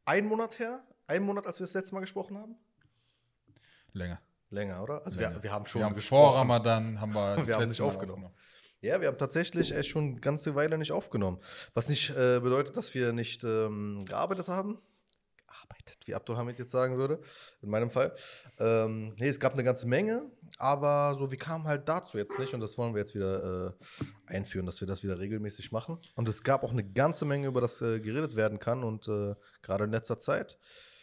einen Monat her? Einen Monat, als wir das letzte Mal gesprochen haben? Länger, oder? Also Länger. wir haben schon wir haben gesprochen. Vor Ramadan haben wir das Wir haben letzte nicht Mal aufgenommen. Ja, wir haben tatsächlich echt schon eine ganze Weile nicht aufgenommen. Was nicht bedeutet, dass wir nicht gearbeitet haben. Gearbeitet, wie Abdulhamid jetzt sagen würde, in meinem Fall. Nee, es gab eine ganze Menge, aber so, wir kamen halt dazu jetzt nicht und das wollen wir jetzt wieder einführen, dass wir das wieder regelmäßig machen. Und es gab auch eine ganze Menge, über das geredet werden kann und gerade in letzter Zeit.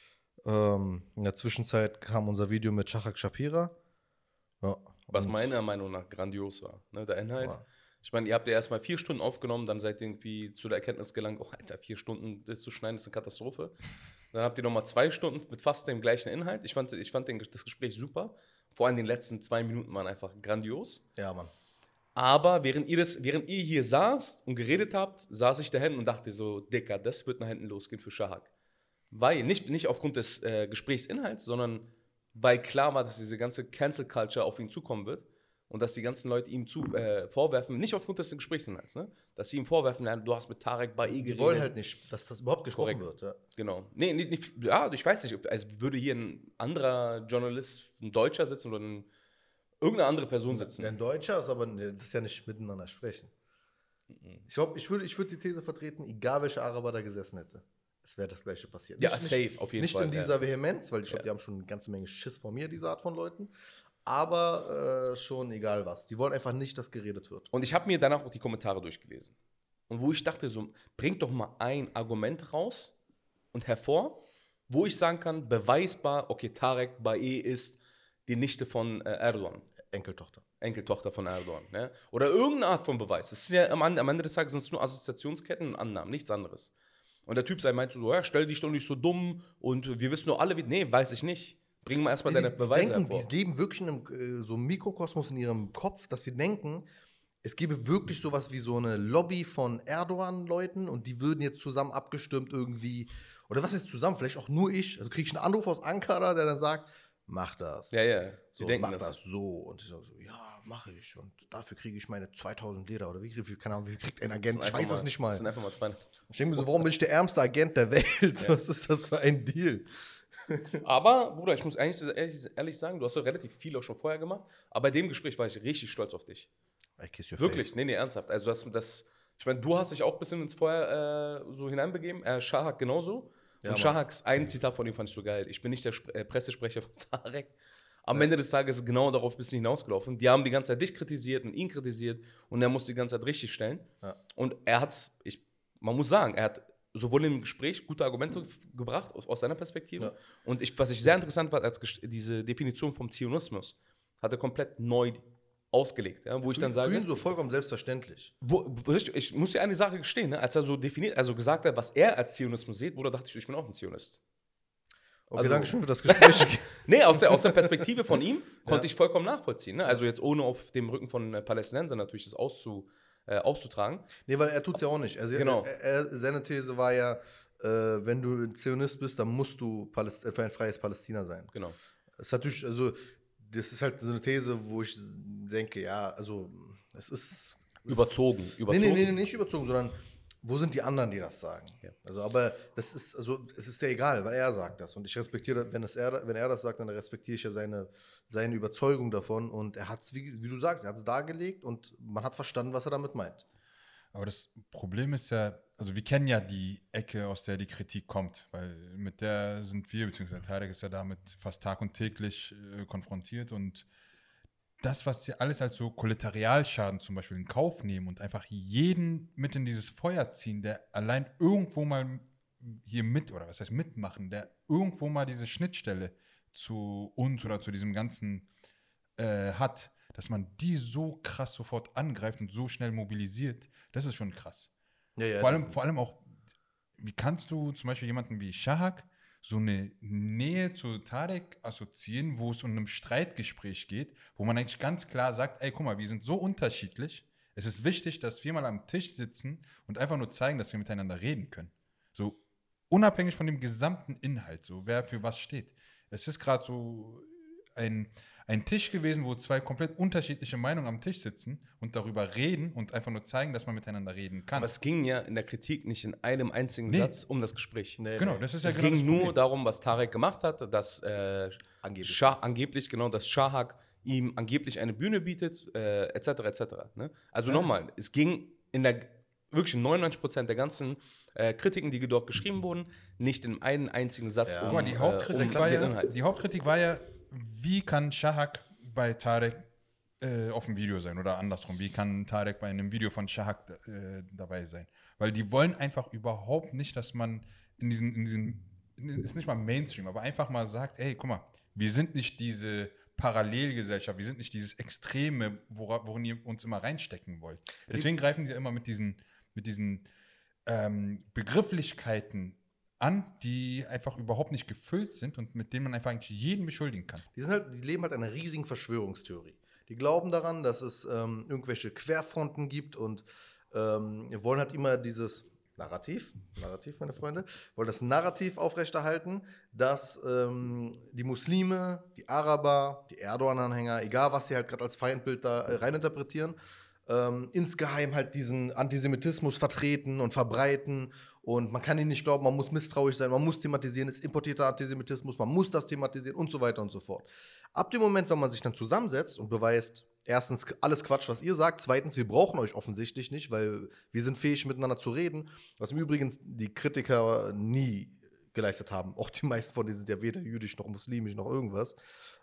In der Zwischenzeit kam unser Video mit Shahak Shapira. Ja, Was und- meiner Meinung nach grandios war. Ne, der Inhalt. Wow. Ich meine, ihr habt ja erstmal 4 Stunden aufgenommen, dann seid ihr irgendwie zu der Erkenntnis gelangt, oh Alter, 4 Stunden das zu schneiden, ist eine Katastrophe. Dann habt ihr nochmal 2 Stunden mit fast dem gleichen Inhalt. Ich fand das Gespräch super. Vor allem die letzten 2 Minuten waren einfach grandios. Ja, Mann. Aber während ihr hier saßt und geredet habt, saß ich da hinten und dachte so, Dicker, das wird nach hinten losgehen für Shahak. Weil, nicht aufgrund des Gesprächsinhalts, sondern weil klar war, dass diese ganze Cancel Culture auf ihn zukommen wird und dass die ganzen Leute ihm vorwerfen, nicht aufgrund des Gesprächsinhalts, ne? Dass sie ihm vorwerfen, ja, du hast mit Tarek Bae Die geredet. wollen halt nicht, dass das überhaupt gesprochen Korrekt. wird. Ja. Genau. Nee, nicht, ja, ich weiß nicht, als würde hier ein anderer Journalist, ein Deutscher sitzen oder irgendeine andere Person sitzen. Ein Deutscher ist aber das ist ja nicht miteinander sprechen. Ich glaube, ich würde die These vertreten, egal welcher Araber da gesessen hätte, es wäre das Gleiche passiert. Ja, safe, auf jeden nicht Fall. Nicht in dieser Vehemenz, weil ich glaube, die haben schon eine ganze Menge Schiss vor mir, diese Art von Leuten. Aber schon egal was. Die wollen einfach nicht, dass geredet wird. Und ich habe mir danach auch die Kommentare durchgelesen. Und wo ich dachte, so, bringt doch mal ein Argument raus und hervor, wo ich sagen kann, beweisbar, okay, Tarek Bae ist die Nichte von Erdogan. Enkeltochter von Erdogan. Ne? Oder irgendeine Art von Beweis. Es ist ja am Ende des Tages sind es nur Assoziationsketten und Annahmen, nichts anderes. Und der Typ meinte so, ja, stell dich doch nicht so dumm und wir wissen nur alle, wie. Nee, weiß ich nicht. Bring mal erstmal deine Beweise hervor. Die leben wirklich in einem so einem Mikrokosmos in ihrem Kopf, dass sie denken, es gäbe wirklich sowas wie so eine Lobby von Erdogan-Leuten und die würden jetzt zusammen abgestimmt irgendwie, oder was ist zusammen, vielleicht auch nur ich, also kriege ich einen Anruf aus Ankara, der dann sagt, mach das. Ja, so, denken mach das. das so. Und ich so, ja, mache ich. Und dafür kriege ich meine 2000 Lira oder wie keine Ahnung, wie viel kriegt ein Agent? Ich weiß es nicht mal. Das sind einfach mal 200. Ich denke mir so, warum bin ich der ärmste Agent der Welt? Ja. Was ist das für ein Deal? Aber, Bruder, ich muss eigentlich ehrlich sagen, du hast doch relativ viel auch schon vorher gemacht, aber bei dem Gespräch war ich richtig stolz auf dich. I kiss your Wirklich, face. nee, ernsthaft. Also ich meine, du hast dich auch ein bisschen ins Feuer so hineinbegeben, Shahak genauso. Ja, und Shahaks ein Zitat von ihm fand ich so geil. Ich bin nicht der Pressesprecher von Tarek. Am Ende des Tages ist genau darauf ein bisschen hinausgelaufen. Die haben die ganze Zeit dich kritisiert und ihn kritisiert und er musste die ganze Zeit richtig stellen. Ja. Und man muss sagen, er hat sowohl im Gespräch gute Argumente gebracht aus seiner Perspektive. Ja. Und was ich sehr interessant fand, diese Definition vom Zionismus hat er komplett neu ausgelegt, ja, wo ich dann sage, für ihn so vollkommen selbstverständlich. Ich muss dir eine Sache gestehen, ne, als er so definiert, also gesagt hat, was er als Zionismus sieht, Bruder, dachte ich bin auch ein Zionist. Okay, Also- danke schön für das Gespräch. Nee, aus der Perspektive von ihm konnte ich vollkommen nachvollziehen. Ne? Also jetzt ohne auf dem Rücken von Palästinensern natürlich das auszutragen. Nee, weil er tut es ja auch nicht. Also Genau. Seine These war ja, wenn du ein Zionist bist, dann musst du für ein freies Palästina sein. Genau. Das ist natürlich, also, das ist halt so eine These, wo ich denke, ja, also, es ist. Überzogen. Nee, nicht überzogen, sondern wo sind die anderen, die das sagen? Ja. Also, aber das ist, also, es ist ja egal, weil er sagt das. Und ich respektiere, wenn er das sagt, dann respektiere ich ja seine Überzeugung davon. Und er hat es, wie du sagst, er hat es dargelegt und man hat verstanden, was er damit meint. Aber das Problem ist ja, also wir kennen ja die Ecke, aus der die Kritik kommt, weil mit der sind wir, beziehungsweise Tarek ist ja damit fast tag- und täglich konfrontiert und das, was sie alles als so Kollateralschaden zum Beispiel in Kauf nehmen und einfach jeden mit in dieses Feuer ziehen, der allein irgendwo mal hier oder was heißt mitmachen, der irgendwo mal diese Schnittstelle zu uns oder zu diesem Ganzen hat, dass man die so krass sofort angreift und so schnell mobilisiert, das ist schon krass. Ja, Vor allem auch, wie kannst du zum Beispiel jemanden wie Shahak so eine Nähe zu Tarek assoziieren, wo es um ein Streitgespräch geht, wo man eigentlich ganz klar sagt, ey, guck mal, wir sind so unterschiedlich, es ist wichtig, dass wir mal am Tisch sitzen und einfach nur zeigen, dass wir miteinander reden können. So unabhängig von dem gesamten Inhalt, so wer für was steht. Es ist gerade so ein ein Tisch gewesen, wo zwei komplett unterschiedliche Meinungen am Tisch sitzen und darüber reden und einfach nur zeigen, dass man miteinander reden kann. Aber es ging ja in der Kritik nicht in einem einzigen Satz um das Gespräch. Genau, das ist ja Es genau ging das nur Problem. darum, was Tarek gemacht hat, dass Angeblich. angeblich, genau, dass Shahak ihm angeblich eine Bühne bietet, etc. etc. Ne? Also nochmal, es ging in der wirklich 99% der ganzen Kritiken, die dort geschrieben wurden, nicht in einem einzigen Satz Ja. Guck mal, die Hauptkritik, die Hauptkritik war ja, wie kann Shahak bei Tarek auf dem Video sein oder andersrum, wie kann Tarek bei einem Video von Shahak dabei sein? Weil die wollen einfach überhaupt nicht, dass man in diesen ist nicht mal Mainstream, aber einfach mal sagt, ey, guck mal, wir sind nicht diese Parallelgesellschaft, wir sind nicht dieses Extreme, worin ihr uns immer reinstecken wollt. Deswegen greifen sie immer mit diesen Begrifflichkeiten an, die einfach überhaupt nicht gefüllt sind und mit denen man einfach eigentlich jeden beschuldigen kann. Die leben halt einer riesigen Verschwörungstheorie. Die glauben daran, dass es irgendwelche Querfronten gibt und wollen halt immer dieses Narrativ, meine Freunde, wollen das Narrativ aufrechterhalten, dass die Muslime, die Araber, die Erdogan-Anhänger, egal was sie halt gerade als Feindbild da reininterpretieren, insgeheim halt diesen Antisemitismus vertreten und verbreiten und man kann ihnen nicht glauben, man muss misstrauisch sein, man muss thematisieren, es ist importierter Antisemitismus, man muss das thematisieren und so weiter und so fort. Ab dem Moment, wenn man sich dann zusammensetzt und beweist, erstens, alles Quatsch, was ihr sagt, zweitens, wir brauchen euch offensichtlich nicht, weil wir sind fähig, miteinander zu reden, was im Übrigen die Kritiker nie geleistet haben. Auch die meisten von denen sind ja weder jüdisch noch muslimisch noch irgendwas.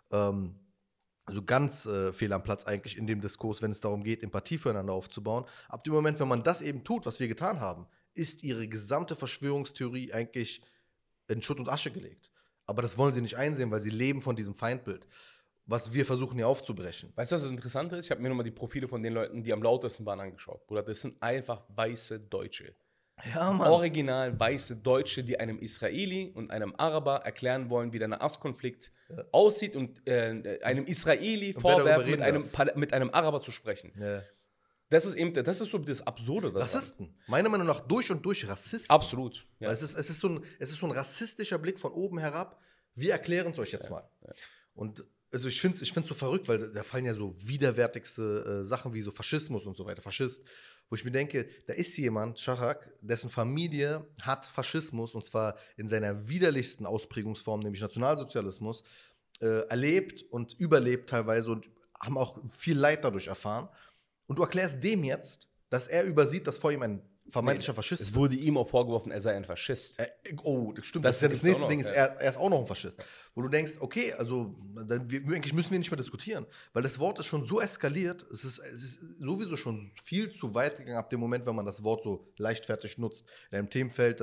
Also ganz fehl am Platz eigentlich in dem Diskurs, wenn es darum geht, Empathie füreinander aufzubauen. Ab dem Moment, wenn man das eben tut, was wir getan haben, ist ihre gesamte Verschwörungstheorie eigentlich in Schutt und Asche gelegt. Aber das wollen sie nicht einsehen, weil sie leben von diesem Feindbild, was wir versuchen hier aufzubrechen. Weißt du, was das Interessante ist? Ich habe mir nochmal die Profile von den Leuten, die am lautesten waren, angeschaut. Bruder, das sind einfach weiße Deutsche. Ja, Mann. Original weiße Deutsche, die einem Israeli und einem Araber erklären wollen, wie der Nahostkonflikt aussieht und einem Israeli vorwerfen, mit einem Araber zu sprechen. Ja. Das ist so das Absurde daran. Rassisten. Meiner Meinung nach durch und durch Rassisten. Absolut. Ja. Weil es ist so ein rassistischer Blick von oben herab. Wir erklären es euch jetzt mal. Ja. Und also ich find's so verrückt, weil da fallen ja so widerwärtigste Sachen wie so Faschismus und so weiter, Faschist, wo ich mir denke, da ist jemand, Shahak, dessen Familie hat Faschismus, und zwar in seiner widerlichsten Ausprägungsform, nämlich Nationalsozialismus, erlebt und überlebt teilweise und haben auch viel Leid dadurch erfahren. Und du erklärst dem jetzt, dass er übersieht, dass vor ihm ein vermeintlicher Faschist ist. Es wurde ihm auch vorgeworfen, er sei ein Faschist. Oh, das stimmt. Das ist ja das nächste Ding, er ist auch noch ein Faschist. Wo du denkst, okay, also eigentlich müssen wir nicht mehr diskutieren. Weil das Wort ist schon so eskaliert, es ist sowieso schon viel zu weit gegangen ab dem Moment, wenn man das Wort so leichtfertig nutzt. In einem Themenfeld,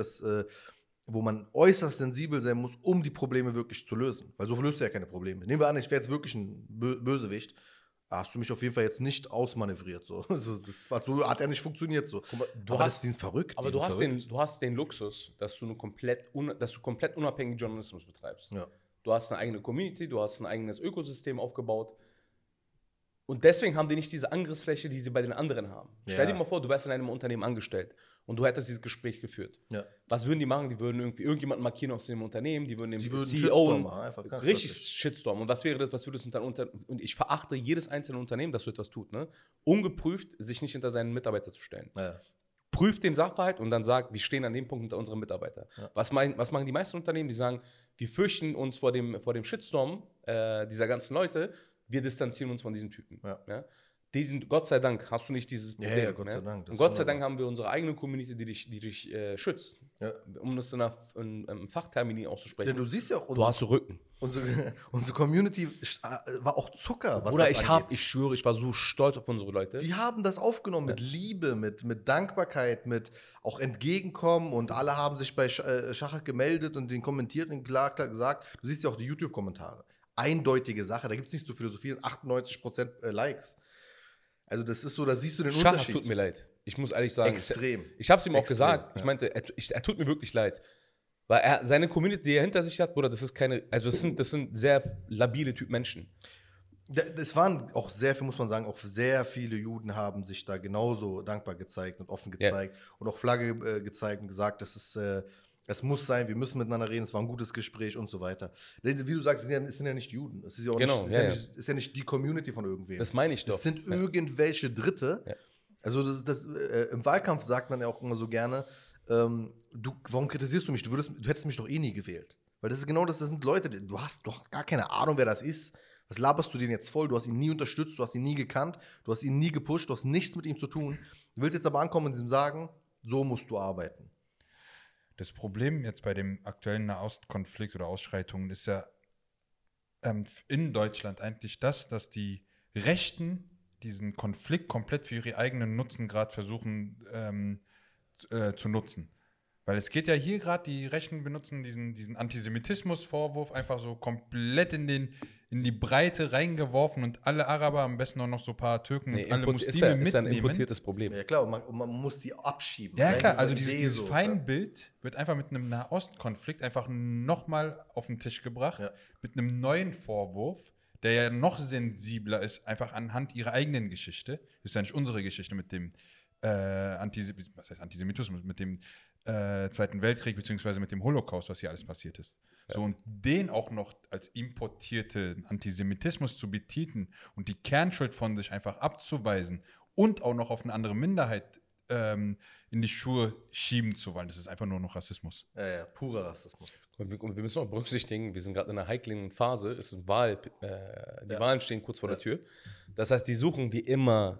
wo man äußerst sensibel sein muss, um die Probleme wirklich zu lösen. Weil so löst du ja keine Probleme. Nehmen wir an, ich wäre jetzt wirklich ein Bösewicht. Hast du mich auf jeden Fall jetzt nicht ausmanövriert. So. Also das hat ja nicht funktioniert. So. Mal, das ist verrückt. Aber du hast den Luxus, dass du komplett unabhängigen Journalismus betreibst. Ja. Du hast eine eigene Community, du hast ein eigenes Ökosystem aufgebaut. Und deswegen haben die nicht diese Angriffsfläche, die sie bei den anderen haben. Ja. Stell dir mal vor, du wärst in einem Unternehmen angestellt und du hättest dieses Gespräch geführt. Ja. Was würden die machen? Die würden irgendjemanden markieren aus dem Unternehmen, die würden den CEO richtig Shitstorm. Und was wäre das, was würdest du dann und ich verachte jedes einzelne Unternehmen, das so etwas tut, ne? Ungeprüft, sich nicht hinter seinen Mitarbeiter zu stellen. Ja. Prüft den Sachverhalt und dann sagt, wir stehen an dem Punkt hinter unseren Mitarbeitern. Ja. Was machen die meisten Unternehmen? Die sagen, wir fürchten uns vor dem Shitstorm dieser ganzen Leute, wir distanzieren uns von diesen Typen. Ja. Ja? Gott sei Dank hast du nicht dieses Problem. Ja, Gott sei Dank. Und Gott sei Dank haben wir unsere eigene Community, die dich schützt. Ja. Um das in Fachtermini auszusprechen. Ja, du siehst ja auch, du hast Rücken. Unsere Community war auch Zucker. Oder ich schwöre, ich war so stolz auf unsere Leute. Die haben das aufgenommen mit Liebe, mit Dankbarkeit, mit auch Entgegenkommen und alle haben sich bei Shahak gemeldet und den kommentiert und klar gesagt. Du siehst ja auch die YouTube-Kommentare. Eindeutige Sache, da gibt es nicht so philosophien, 98% Likes. Also das ist so, da siehst du den Shahak Unterschied. Tut mir leid. Ich muss ehrlich sagen. Extrem. Ich habe es ihm auch gesagt. Ja. Ich meinte, er tut mir wirklich leid. Weil seine Community, die er hinter sich hat, Bruder, das sind sehr labile Typ Menschen. Es waren auch sehr viel, muss man sagen, auch sehr viele Juden haben sich da genauso dankbar gezeigt und offen gezeigt und auch Flagge gezeigt und gesagt, das ist Es muss sein, wir müssen miteinander reden, es war ein gutes Gespräch und so weiter. Wie du sagst, es sind ja nicht Juden. Es ist ja auch Genau, nicht, ist ja nicht die Community von irgendwem. Das meine ich doch. Es sind irgendwelche Dritte. Ja. Also im Wahlkampf sagt man ja auch immer so gerne, warum kritisierst du mich? Du hättest mich doch eh nie gewählt. Weil das ist genau das sind Leute, du hast doch gar keine Ahnung, wer das ist. Was laberst du den jetzt voll? Du hast ihn nie unterstützt, du hast ihn nie gekannt, du hast ihn nie gepusht, du hast nichts mit ihm zu tun. Du willst jetzt aber ankommen und ihm sagen, so musst du arbeiten. Das Problem jetzt bei dem aktuellen Nahostkonflikt oder Ausschreitungen ist ja in Deutschland eigentlich das, dass die Rechten diesen Konflikt komplett für ihre eigenen Nutzen gerade versuchen zu nutzen. Weil es geht ja hier gerade, die Rechten benutzen diesen Antisemitismus-Vorwurf einfach so komplett in die Breite reingeworfen und alle Araber, am besten auch noch so ein paar Türken und alle Muslime ist ja ein mitnehmen. importiertes Problem. Ja klar, und man muss die abschieben. Ja Rein klar, dieser also Idee dieses so, Feindbild wird einfach mit einem Nahostkonflikt einfach nochmal auf den Tisch gebracht, mit einem neuen Vorwurf, der ja noch sensibler ist, einfach anhand ihrer eigenen Geschichte. Das ist ja nicht unsere Geschichte mit dem Antisemitismus, mit dem Zweiten Weltkrieg, beziehungsweise mit dem Holocaust, was hier alles passiert ist. Ja. So, und den auch noch als importierten Antisemitismus zu betiteln und die Kernschuld von sich einfach abzuweisen und auch noch auf eine andere Minderheit in die Schuhe schieben zu wollen, das ist einfach nur noch Rassismus. Ja, purer Rassismus. Und wir müssen auch berücksichtigen, wir sind gerade in einer heiklen Phase, es ist die Wahlen stehen kurz vor der Tür. Das heißt, die suchen wie immer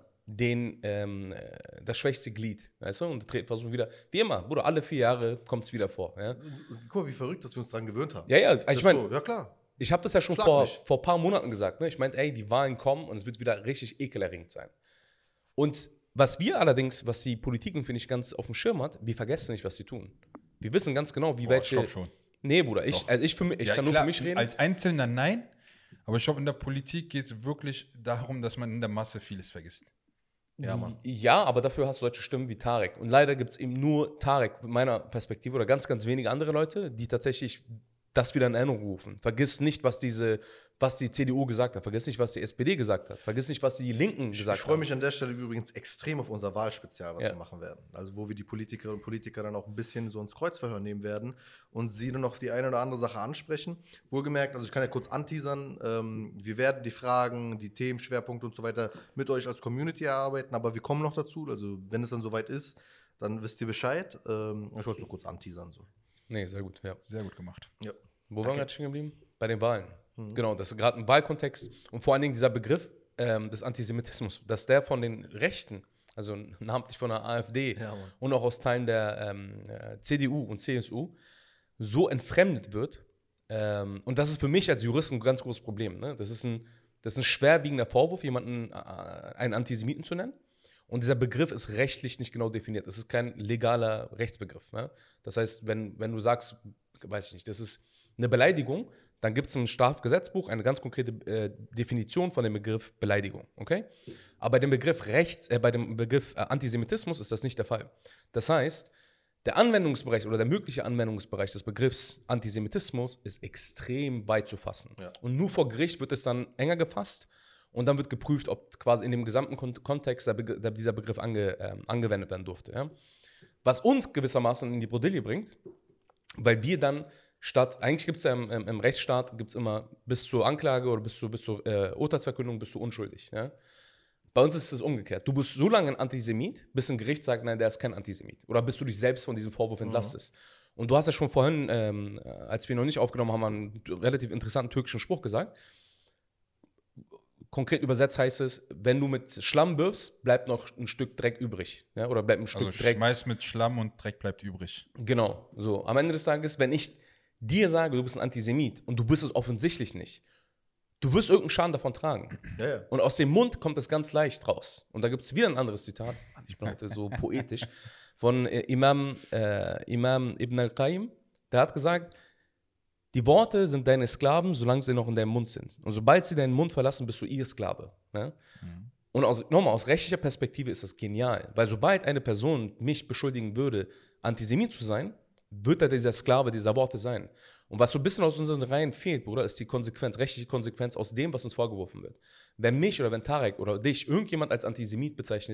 das schwächste Glied, weißt du, und versuchen wieder, wie immer, Bruder, alle 4 Jahre kommt es wieder vor. Ja? Guck mal, wie verrückt, dass wir uns daran gewöhnt haben. Ja, ich meine, so, ja klar. Ich habe das ja schon vor ein paar Monaten gesagt, ne? Ich meinte, ey, die Wahlen kommen und es wird wieder richtig ekelerregend sein. Und was die Politik, finde ich, ganz auf dem Schirm hat, wir vergessen nicht, was sie tun. Wir wissen ganz genau, welche... Ich glaube schon. Nee, Bruder, ich kann klar, nur für mich reden. Als Einzelner nein, aber ich glaube, in der Politik geht es wirklich darum, dass man in der Masse vieles vergisst. Ja, Mann. Ja, aber dafür hast du solche Stimmen wie Tarek. Und leider gibt es eben nur Tarek, meiner Perspektive, oder ganz, ganz wenige andere Leute, die tatsächlich das wieder in Erinnerung rufen. Vergiss nicht, was die CDU gesagt hat. Vergiss nicht, was die SPD gesagt hat. Vergiss nicht, was die Linken gesagt haben. Ich freue mich an der Stelle übrigens extrem auf unser Wahlspezial, was wir machen werden. Also wo wir die Politikerinnen und Politiker dann auch ein bisschen so ins Kreuzverhör nehmen werden und sie dann noch die eine oder andere Sache ansprechen. Wohlgemerkt, also ich kann ja kurz anteasern, wir werden die Fragen, die Themenschwerpunkte und so weiter mit euch als Community erarbeiten, aber wir kommen noch dazu. Also wenn es dann soweit ist, dann wisst ihr Bescheid. Ich wollte es nur kurz anteasern. So. Nee, sehr gut, ja. Sehr gut gemacht. Ja. Wo waren wir gerade stehen geblieben? Bei den Wahlen. Genau, das ist gerade ein Wahlkontext und vor allen Dingen dieser Begriff des Antisemitismus, dass der von den Rechten, also namentlich von der AfD und auch aus Teilen der CDU und CSU, so entfremdet wird. Und das ist für mich als Jurist ein ganz großes Problem. Ne? Das ist ein schwerwiegender Vorwurf, jemanden einen Antisemiten zu nennen. Und dieser Begriff ist rechtlich nicht genau definiert. Das ist kein legaler Rechtsbegriff. Ne? Das heißt, wenn du sagst, weiß ich nicht, das ist eine Beleidigung, dann gibt es im Strafgesetzbuch eine ganz konkrete Definition von dem Begriff Beleidigung. Okay? Aber bei dem Begriff Antisemitismus ist das nicht der Fall. Das heißt, der Anwendungsbereich oder der mögliche Anwendungsbereich des Begriffs Antisemitismus ist extrem weit zu fassen. Ja. Und nur vor Gericht wird es dann enger gefasst. Und dann wird geprüft, ob quasi in dem gesamten Kontext dieser Begriff angewendet werden durfte. Ja? Was uns gewissermaßen in die Bredouille bringt, weil wir dann eigentlich gibt es ja im Rechtsstaat gibt's immer bis zur Anklage oder bis zur Urteilsverkündung bist du unschuldig. Ja? Bei uns ist es umgekehrt. Du bist so lange ein Antisemit, bis ein Gericht sagt, nein, der ist kein Antisemit. Oder bis du dich selbst von diesem Vorwurf entlastest. Und du hast ja schon vorhin, als wir noch nicht aufgenommen haben, einen relativ interessanten türkischen Spruch gesagt. Konkret übersetzt heißt es, wenn du mit Schlamm wirfst, bleibt noch ein Stück Dreck übrig. Ja? Oder bleibt ein Stück Dreck. Schmeiß mit Schlamm und Dreck bleibt übrig. Genau. So. Am Ende des Tages, wenn ich dir sage, du bist ein Antisemit und du bist es offensichtlich nicht, du wirst irgendeinen Schaden davon tragen. Ja. Und aus dem Mund kommt es ganz leicht raus. Und da gibt es wieder ein anderes Zitat, ich bin heute so poetisch, von Imam Ibn al-Qayyim. Der hat gesagt, die Worte sind deine Sklaven, solange sie noch in deinem Mund sind. Und sobald sie deinen Mund verlassen, bist du ihr Sklave. Ne? Und aus rechtlicher Perspektive ist das genial. Weil sobald eine Person mich beschuldigen würde, Antisemit zu sein, wird er dieser Sklave dieser Worte sein. Und was so ein bisschen aus unseren Reihen fehlt, Bruder, ist die rechtliche Konsequenz aus dem, was uns vorgeworfen wird. Wenn mich oder wenn Tarek oder dich irgendjemand als Antisemit bezeichnet,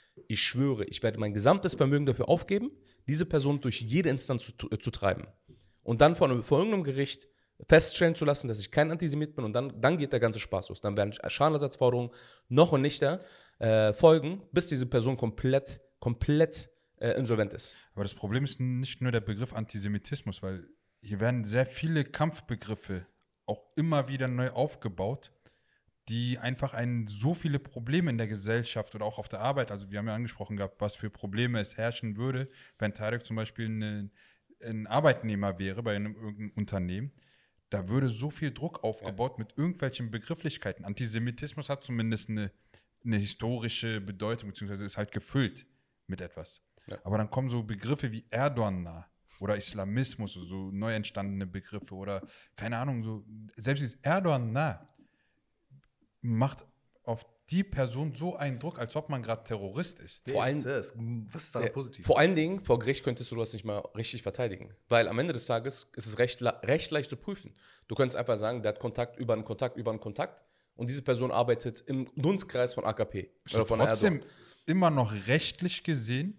ich schwöre, ich werde mein gesamtes Vermögen dafür aufgeben, diese Person durch jede Instanz zu treiben. Und dann vor irgendeinem Gericht feststellen zu lassen, dass ich kein Antisemit bin und dann geht der ganze Spaß los. Dann werden Schadenersatzforderungen noch und nichter folgen, bis diese Person komplett insolvent ist. Aber das Problem ist nicht nur der Begriff Antisemitismus, weil hier werden sehr viele Kampfbegriffe auch immer wieder neu aufgebaut, die einfach so viele Probleme in der Gesellschaft oder auch auf der Arbeit, also wir haben ja angesprochen gehabt, was für Probleme es herrschen würde, wenn Tarek zum Beispiel ein Arbeitnehmer wäre bei irgendeinem Unternehmen. Da würde so viel Druck aufgebaut mit irgendwelchen Begrifflichkeiten. Antisemitismus hat zumindest eine historische Bedeutung, beziehungsweise ist halt gefüllt mit etwas. Ja. Aber dann kommen so Begriffe wie Erdogan oder Islamismus, so neu entstandene Begriffe oder keine Ahnung, so selbst dieses Erdogan macht auf die Person so einen Druck, als ob man gerade Terrorist ist. Was ist da positiv? Vor allen Dingen, vor Gericht könntest du das nicht mal richtig verteidigen. Weil am Ende des Tages ist es recht leicht zu prüfen. Du könntest einfach sagen, der hat Kontakt über einen Kontakt und diese Person arbeitet im Dunstkreis von AKP. Ist oder von trotzdem Erdogan. Immer noch rechtlich gesehen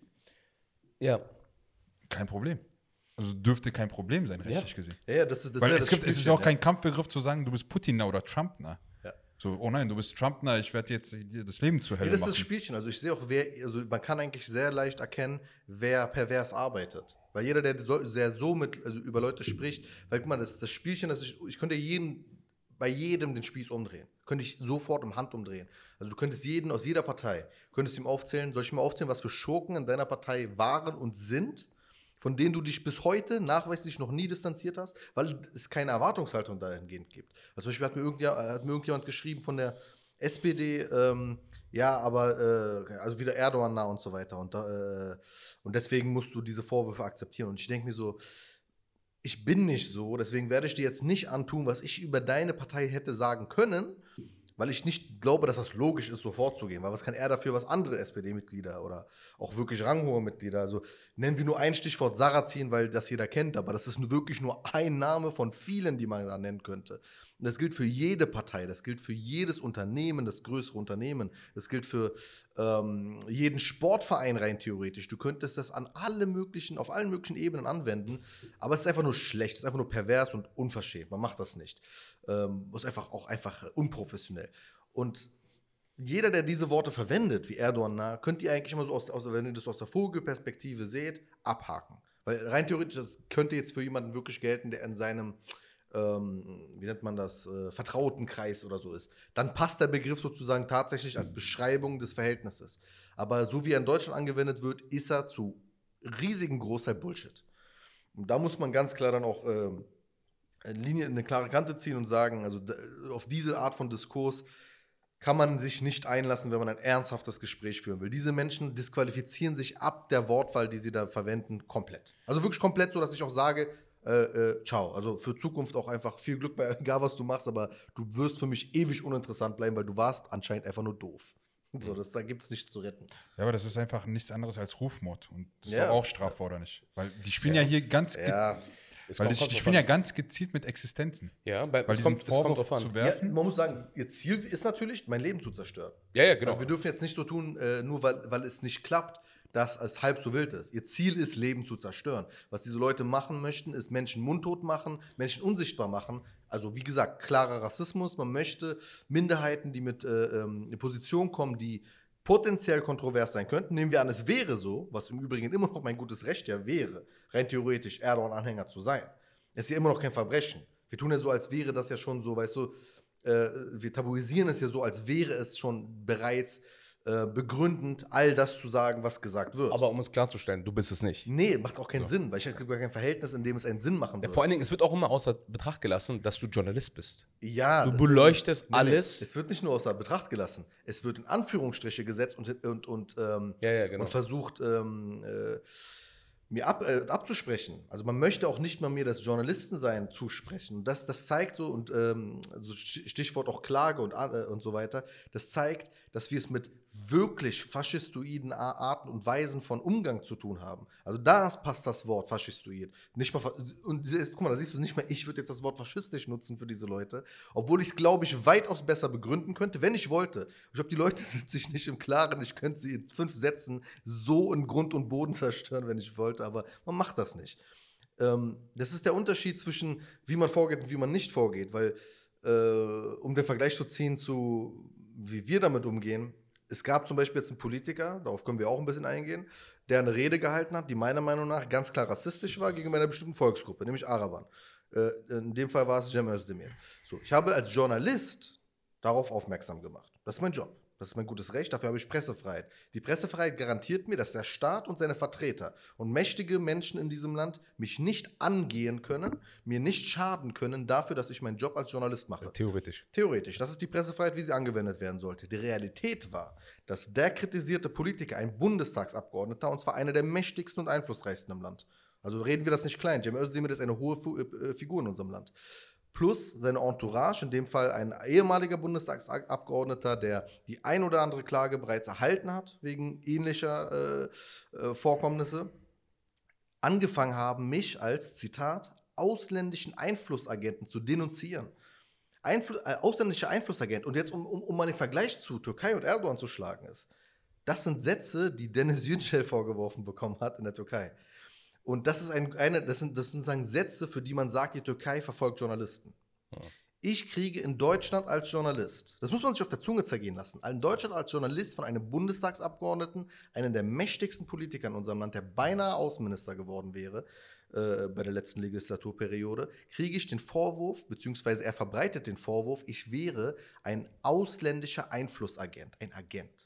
kein Problem. Also dürfte kein Problem sein, rechtlich gesehen. Ja, das ist Weil es ist auch kein Kampfbegriff zu sagen, du bist Putin oder Trump. So, oh nein, du bist Trump, ich werde jetzt das Leben zur Hölle machen. Das ist das Spielchen. Also ich sehe auch, man kann eigentlich sehr leicht erkennen, wer pervers arbeitet. Weil jeder, der über Leute spricht, weil guck mal, das Spielchen, ich könnte bei jedem den Spieß umdrehen. Könnte ich sofort im Hand umdrehen. Also du könntest jeden aus jeder Partei, könntest ihm aufzählen, soll ich mal aufzählen, was für Schurken in deiner Partei waren und sind, von denen du dich bis heute nachweislich noch nie distanziert hast, weil es keine Erwartungshaltung dahingehend gibt. Also zum Beispiel hat mir irgendjemand geschrieben von der SPD, also wieder Erdogan und so weiter. Und deswegen musst du diese Vorwürfe akzeptieren. Und ich denke mir so, ich bin nicht so, deswegen werde ich dir jetzt nicht antun, was ich über deine Partei hätte sagen können, weil ich nicht glaube, dass das logisch ist, so vorzugehen. Weil was kann er dafür, was andere SPD-Mitglieder oder auch wirklich ranghohe Mitglieder, also nennen wir nur ein Stichwort Sarrazin, weil das jeder kennt, aber das ist wirklich nur ein Name von vielen, die man da nennen könnte. Und das gilt für jede Partei, das gilt für jedes Unternehmen, das größere Unternehmen, das gilt für jeden Sportverein rein theoretisch. Du könntest das auf allen möglichen Ebenen anwenden, aber es ist einfach nur schlecht, es ist einfach nur pervers und unverschämt. Man macht das nicht. Es ist einfach unprofessionell. Und jeder, der diese Worte verwendet, wie Erdogan, könnt ihr eigentlich immer so, wenn ihr das aus der Vogelperspektive seht, abhaken. Weil rein theoretisch, das könnte jetzt für jemanden wirklich gelten, der in seinem wie nennt man das, Vertrautenkreis oder so ist, dann passt der Begriff sozusagen tatsächlich als Beschreibung des Verhältnisses. Aber so wie er in Deutschland angewendet wird, ist er zu riesigen Großteil Bullshit. Und da muss man ganz klar dann auch eine klare Kante ziehen und sagen, also auf diese Art von Diskurs kann man sich nicht einlassen, wenn man ein ernsthaftes Gespräch führen will. Diese Menschen disqualifizieren sich ab der Wortwahl, die sie da verwenden, komplett. Also wirklich komplett, so dass ich auch sage, ciao. Also für Zukunft auch einfach viel Glück bei egal, was du machst, aber du wirst für mich ewig uninteressant bleiben, weil du warst anscheinend einfach nur doof. So, da gibt es nichts zu retten. Ja, aber das ist einfach nichts anderes als Rufmord. Und das war auch strafbar, oder nicht? Weil die spielen ja hier ganz die spielen ja ganz gezielt mit Existenzen. Ja, weil es kommt drauf an. Zu werfen. Ja, man muss sagen, ihr Ziel ist natürlich, mein Leben zu zerstören. Ja, genau. Also wir dürfen jetzt nicht so tun, nur weil es nicht klappt, dass es halb so wild ist. Ihr Ziel ist, Leben zu zerstören. Was diese Leute machen möchten, ist Menschen mundtot machen, Menschen unsichtbar machen. Also wie gesagt, klarer Rassismus. Man möchte Minderheiten, die mit in Position kommen, die potenziell kontrovers sein könnten. Nehmen wir an, es wäre so, was im Übrigen immer noch mein gutes Recht ja wäre, rein theoretisch Erdogan-Anhänger zu sein. Es ist ja immer noch kein Verbrechen. Wir tun ja so, als wäre das ja schon so, weißt du, wir tabuisieren es ja so, als wäre es schon bereits begründend, all das zu sagen, was gesagt wird. Aber um es klarzustellen, du bist es nicht. Nee, macht auch keinen Sinn, weil ich habe gar kein Verhältnis, in dem es einen Sinn machen würde. Vor allen Dingen, es wird auch immer außer Betracht gelassen, dass du Journalist bist. Ja. Du beleuchtest alles. Es wird nicht nur außer Betracht gelassen. Es wird in Anführungsstriche gesetzt und versucht, mir abzusprechen. Also man möchte auch nicht mal mir das Journalistensein zusprechen. Das zeigt so, so Stichwort auch Klage und so weiter, das zeigt, dass wir es mit wirklich faschistoiden Arten und Weisen von Umgang zu tun haben. Also da passt das Wort faschistoid. Nicht mal, und guck mal, da siehst du nicht mehr, ich würde jetzt das Wort faschistisch nutzen für diese Leute, obwohl ich es, glaube ich, weitaus besser begründen könnte, wenn ich wollte. Ich glaube, die Leute sind sich nicht im Klaren, ich könnte sie in 5 Sätzen so in Grund und Boden zerstören, wenn ich wollte, aber man macht das nicht. Das ist der Unterschied zwischen, wie man vorgeht und wie man nicht vorgeht, weil, um den Vergleich zu ziehen zu, wie wir damit umgehen, es gab zum Beispiel jetzt einen Politiker, darauf können wir auch ein bisschen eingehen, der eine Rede gehalten hat, die meiner Meinung nach ganz klar rassistisch war gegenüber einer bestimmten Volksgruppe, nämlich Arabern. In dem Fall war es Cem Özdemir. So, ich habe als Journalist darauf aufmerksam gemacht. Das ist mein Job. Das ist mein gutes Recht, dafür habe ich Pressefreiheit. Die Pressefreiheit garantiert mir, dass der Staat und seine Vertreter und mächtige Menschen in diesem Land mich nicht angehen können, mir nicht schaden können dafür, dass ich meinen Job als Journalist mache. Theoretisch. Theoretisch. Das ist die Pressefreiheit, wie sie angewendet werden sollte. Die Realität war, dass der kritisierte Politiker, ein Bundestagsabgeordneter, und zwar einer der mächtigsten und einflussreichsten im Land. Also reden wir das nicht klein. Cem Özdemir ist eine hohe Figur in unserem Land. Plus seine Entourage, in dem Fall ein ehemaliger Bundestagsabgeordneter, der die ein oder andere Klage bereits erhalten hat, wegen ähnlicher Vorkommnisse, angefangen haben, mich als, Zitat, ausländischen Einflussagenten zu denunzieren. Ausländischer Einflussagent, und jetzt um mal den Vergleich zu Türkei und Erdogan zu schlagen ist, das sind Sätze, die Dennis Yücel vorgeworfen bekommen hat in der Türkei. Und das ist das sind sozusagen Sätze, für die man sagt, die Türkei verfolgt Journalisten. Ja. Ich kriege in Deutschland als Journalist, das muss man sich auf der Zunge zergehen lassen, in Deutschland als Journalist von einem Bundestagsabgeordneten, einem der mächtigsten Politiker in unserem Land, der beinahe Außenminister geworden wäre bei der letzten Legislaturperiode, kriege ich den Vorwurf, beziehungsweise er verbreitet den Vorwurf, ich wäre ein ausländischer Einflussagent, ein Agent.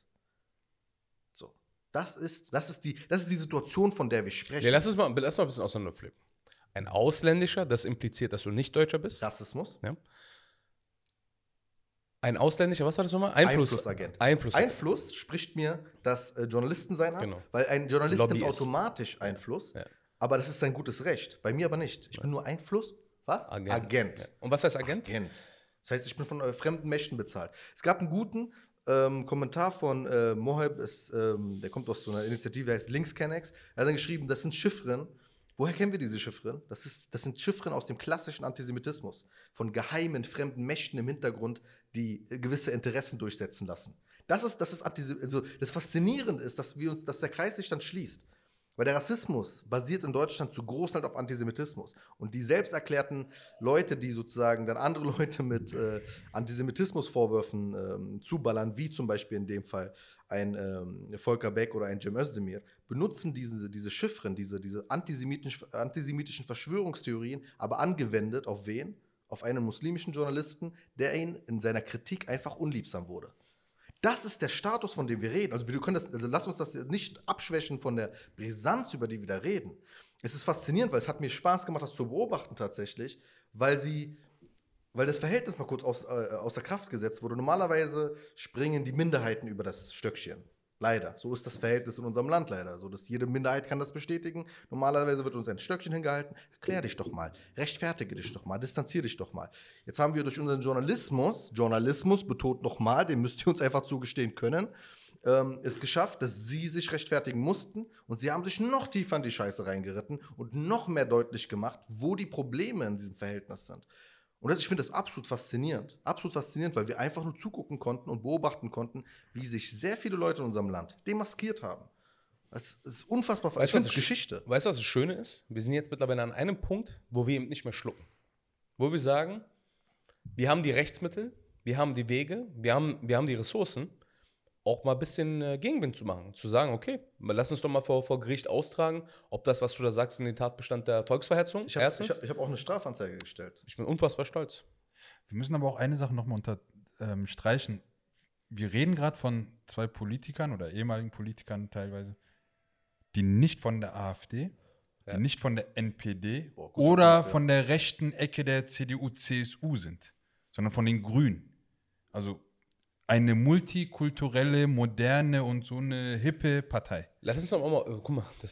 Das ist die Situation, von der wir sprechen. Ja, lass mal ein bisschen auseinanderflippen. Ein Ausländischer, das impliziert, dass du nicht Deutscher bist. Rassismus. Ja. Ein Ausländischer, was war das nochmal? Einflussagent. Einfluss spricht mir das Journalistensein an, genau. Weil ein Journalist nimmt automatisch Einfluss, ja. Aber das ist sein gutes Recht. Bei mir aber nicht. Ich bin nur Einfluss. Was? Agent. Ja. Und was heißt Agent? Agent. Das heißt, ich bin von fremden Mächten bezahlt. Es gab einen guten Kommentar von Moheb, der kommt aus so einer Initiative, der heißt Linkskennex. Er hat dann geschrieben, das sind Chiffren. Woher kennen wir diese Chiffren? Das sind Chiffren aus dem klassischen Antisemitismus. Von geheimen, fremden Mächten im Hintergrund, die gewisse Interessen durchsetzen lassen. Das Faszinierende ist, dass der Kreis sich dann schließt. Weil der Rassismus basiert in Deutschland zu großen Teil auf Antisemitismus. Und die selbst erklärten Leute, die sozusagen dann andere Leute mit Antisemitismusvorwürfen zuballern, wie zum Beispiel in dem Fall ein Volker Beck oder ein Cem Özdemir, benutzen diese Chiffren, diese antisemitischen Verschwörungstheorien, aber angewendet auf wen? Auf einen muslimischen Journalisten, der ihnen in seiner Kritik einfach unliebsam wurde. Das ist der Status, von dem wir reden. Also lass uns das nicht abschwächen von der Brisanz, über die wir da reden. Es ist faszinierend, weil es hat mir Spaß gemacht, das zu beobachten tatsächlich, weil das Verhältnis mal kurz außer Kraft gesetzt wurde. Normalerweise springen die Minderheiten über das Stöckchen. Leider. So ist das Verhältnis in unserem Land leider. So, dass jede Minderheit kann das bestätigen. Normalerweise wird uns ein Stöckchen hingehalten. Erklär dich doch mal. Rechtfertige dich doch mal. Distanzier dich doch mal. Jetzt haben wir durch unseren Journalismus betont nochmal, den müsst ihr uns einfach zugestehen können, es geschafft, dass sie sich rechtfertigen mussten und sie haben sich noch tiefer in die Scheiße reingeritten und noch mehr deutlich gemacht, wo die Probleme in diesem Verhältnis sind. Und ich finde das absolut faszinierend, weil wir einfach nur zugucken konnten und beobachten konnten, wie sich sehr viele Leute in unserem Land demaskiert haben. Das ist unfassbar. Ich finde es Geschichte. Weißt du, was das Schöne ist? Wir sind jetzt mittlerweile an einem Punkt, wo wir eben nicht mehr schlucken. Wo wir sagen, wir haben die Rechtsmittel, wir haben die Wege, wir haben die Ressourcen, auch mal ein bisschen Gegenwind zu machen. Zu sagen, okay, lass uns doch mal vor Gericht austragen, ob das, was du da sagst, in den Tatbestand der Volksverhetzung ist. Ich hab auch eine Strafanzeige gestellt. Ich bin unfassbar stolz. Wir müssen aber auch eine Sache nochmal unterstreichen. Wir reden gerade von 2 Politikern oder ehemaligen Politikern teilweise, die nicht von der AfD, die nicht von der NPD oder von der rechten Ecke der CDU, CSU sind, sondern von den Grünen. Also eine multikulturelle, moderne und so eine hippe Partei. Lass uns doch mal, guck mal. Das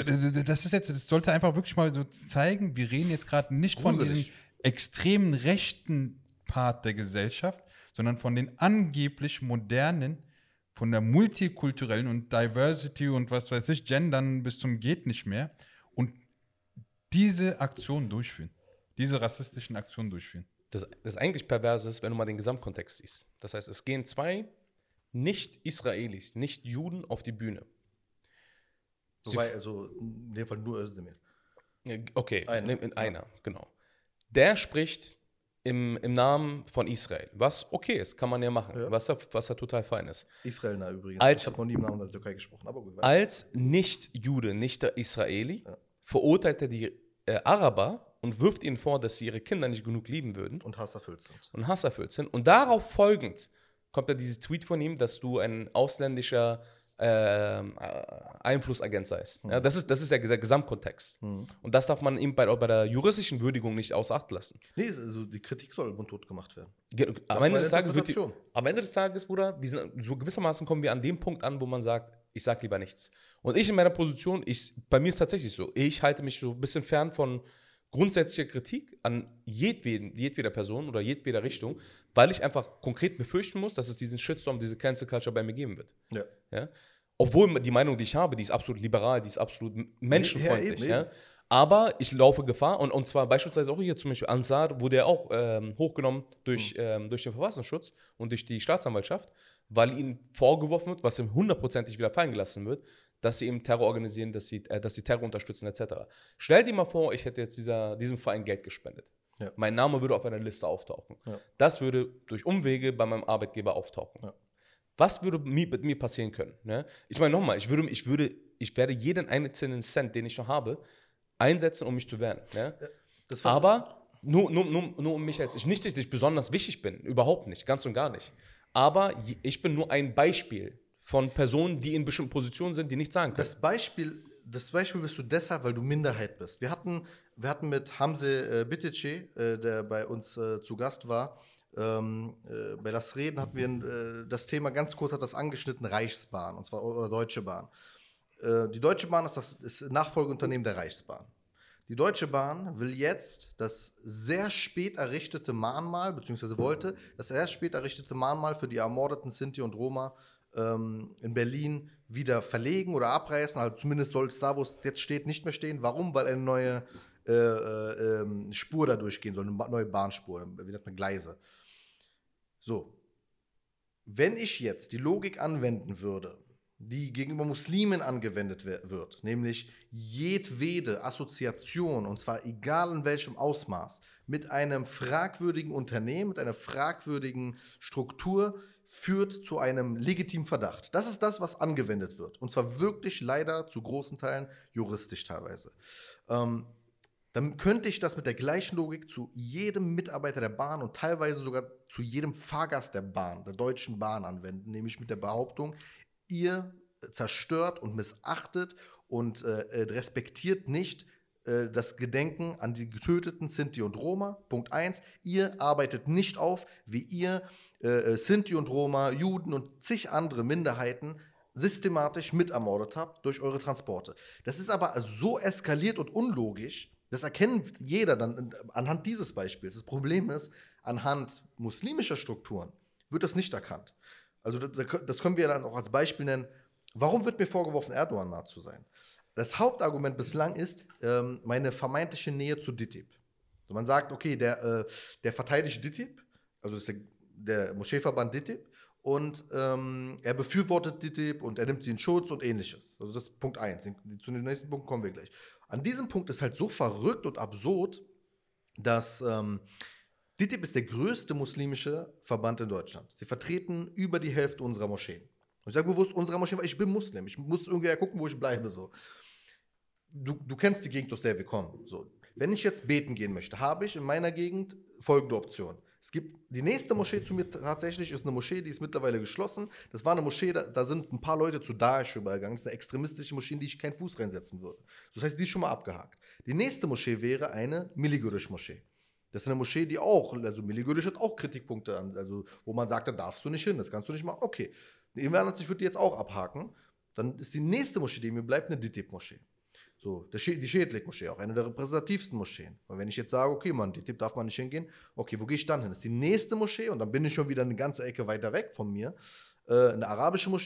sollte einfach wirklich mal so zeigen, wir reden jetzt gerade nicht von diesem extremen rechten Part der Gesellschaft, sondern von den angeblich modernen, von der multikulturellen und Diversity und was weiß ich, Gendern bis zum geht nicht mehr und diese Aktion durchführen, diese rassistischen Aktionen durchführen. Das eigentlich Perverse ist, wenn du mal den Gesamtkontext siehst. Das heißt, es gehen 2 Nicht-Israelis, Nicht-Juden auf die Bühne. Wobei, also in dem Fall nur Özdemir. Okay, Einer. einer, genau. Der spricht im Namen von Israel, was okay ist, kann man ja machen, Ja. was ja total fein ist. Israel übrigens. Als- Ich habe noch nie im Namen der Türkei gesprochen, aber gut. weiter. Als Nicht-Jude, nicht der Israeli, Ja. verurteilt er die Araber und wirft ihnen vor, dass sie ihre Kinder nicht genug lieben würden Und hasserfüllt sind. und hasserfüllt sind. Und darauf folgend kommt ja dieses Tweet von ihm, dass du ein ausländischer Einflussagent seist. Ja, das ist ja der Gesamtkontext. Und das darf man ihm bei der juristischen Würdigung nicht außer Acht lassen. Nee, also die Kritik soll mundtot gemacht werden. Am war Ende des eine Tages Interpretation. am Ende des Tages, Bruder, so gewissermaßen kommen wir an dem Punkt an, wo man sagt, ich sag lieber nichts. Und ich in meiner Position, bei mir ist es tatsächlich so, ich halte mich so ein bisschen fern von grundsätzlicher Kritik an jedweder Person oder jedweder Richtung, weil ich einfach konkret befürchten muss, dass es diesen Shitstorm, diese Cancel Culture bei mir geben wird. Ja. Ja? Obwohl die Meinung, die ich habe, die ist absolut liberal, die ist absolut menschenfreundlich. Ja, eben, Ja? Aber ich laufe Gefahr, und zwar beispielsweise auch hier zum Beispiel Ansar wurde ja auch hochgenommen durch den Verfassungsschutz und durch die Staatsanwaltschaft, weil ihnen vorgeworfen wird, was ihm hundertprozentig wieder fallen gelassen wird, dass sie eben Terror organisieren, dass sie Terror unterstützen etc. Stell dir mal vor, ich hätte jetzt diesem Verein Geld gespendet. Ja. Mein Name würde auf einer Liste auftauchen. Ja. Das würde durch Umwege bei meinem Arbeitgeber auftauchen. Ja. Was würde mit mir passieren können? Ne? Ich meine nochmal, ich werde jeden einzelnen Cent, den ich noch habe, einsetzen, um mich zu wehren. Ne? Aber nur um mich jetzt, nicht, dass ich besonders wichtig bin, überhaupt nicht, ganz und gar nicht. Aber ich bin nur ein Beispiel von Personen, die in bestimmten Positionen sind, die nichts sagen können. Das Beispiel bist du deshalb, weil du Minderheit bist. Wir hatten mit Hamze Bitici, der bei uns zu Gast war, bei Lass Reden hatten wir das Thema, ganz kurz hat das angeschnitten, Reichsbahn, und zwar oder Deutsche Bahn. Die Deutsche Bahn ist das Nachfolgeunternehmen der Reichsbahn. Die Deutsche Bahn will jetzt das sehr spät errichtete Mahnmal, beziehungsweise wollte das sehr spät errichtete Mahnmal für die ermordeten Sinti und Roma in Berlin wieder verlegen oder abreißen. Also zumindest soll es da, wo es jetzt steht, nicht mehr stehen. Warum? Weil eine neue Spur da durchgehen soll, eine neue Bahnspur, wie nennt man, Gleise. So. Wenn ich jetzt die Logik anwenden würde, die gegenüber Muslimen angewendet wird, nämlich jedwede Assoziation, und zwar egal in welchem Ausmaß, mit einem fragwürdigen Unternehmen, mit einer fragwürdigen Struktur, führt zu einem legitimen Verdacht. Das ist das, was angewendet wird. Und zwar wirklich leider zu großen Teilen juristisch teilweise. Dann könnte ich das mit der gleichen Logik zu jedem Mitarbeiter der Bahn und teilweise sogar zu jedem Fahrgast der Bahn, der Deutschen Bahn anwenden, nämlich mit der Behauptung, ihr zerstört und missachtet und respektiert nicht das Gedenken an die getöteten Sinti und Roma. Punkt 1. Ihr arbeitet nicht auf, wie ihr Sinti und Roma, Juden und zig andere Minderheiten systematisch mitermordet habt durch eure Transporte. Das ist aber so eskaliert und unlogisch, das erkennt jeder dann anhand dieses Beispiels. Das Problem ist, anhand muslimischer Strukturen wird das nicht erkannt. Also das können wir dann auch als Beispiel nennen. Warum wird mir vorgeworfen, Erdogan nah zu sein? Das Hauptargument bislang ist meine vermeintliche Nähe zu DİTİB. Also man sagt, okay, der verteidigt DİTİB, also das ist der Moscheeverband DİTİB, und er befürwortet DİTİB und er nimmt sie in Schutz und ähnliches. Also das ist Punkt 1. Zu dem nächsten Punkt kommen wir gleich. An diesem Punkt ist halt so verrückt und absurd, dass DİTİB ist der größte muslimische Verband in Deutschland. Sie vertreten über die Hälfte unserer Moscheen. Und ich sage bewusst unserer Moscheen, weil ich bin Muslim. Ich muss irgendwie gucken, wo ich bleibe. So. Du kennst die Gegend, aus der wir kommen. So. Wenn ich jetzt beten gehen möchte, habe ich in meiner Gegend folgende Option. Es gibt die nächste Moschee zu mir tatsächlich, ist eine Moschee, die ist mittlerweile geschlossen. Das war eine Moschee, da sind ein paar Leute zu Daesh übergegangen. Das ist eine extremistische Moschee, in die ich keinen Fuß reinsetzen würde. Das heißt, die ist schon mal abgehakt. Die nächste Moschee wäre eine Milli-Görüş-Moschee. Das ist eine Moschee, die auch, also Milli-Görüş hat auch Kritikpunkte an, also wo man sagt, da darfst du nicht hin, das kannst du nicht machen. Okay, ich würde die jetzt auch abhaken. Dann ist die nächste Moschee, die mir bleibt, eine DİTİB-Moschee. So, die Schädlik-Moschee, auch eine der repräsentativsten Moscheen. Und wenn ich jetzt sage, okay, Mann, DİTİB darf man nicht hingehen, okay, wo gehe ich dann hin? Das ist die nächste Moschee und dann bin ich schon wieder eine ganze Ecke weiter weg von mir. eine arabische Moschee,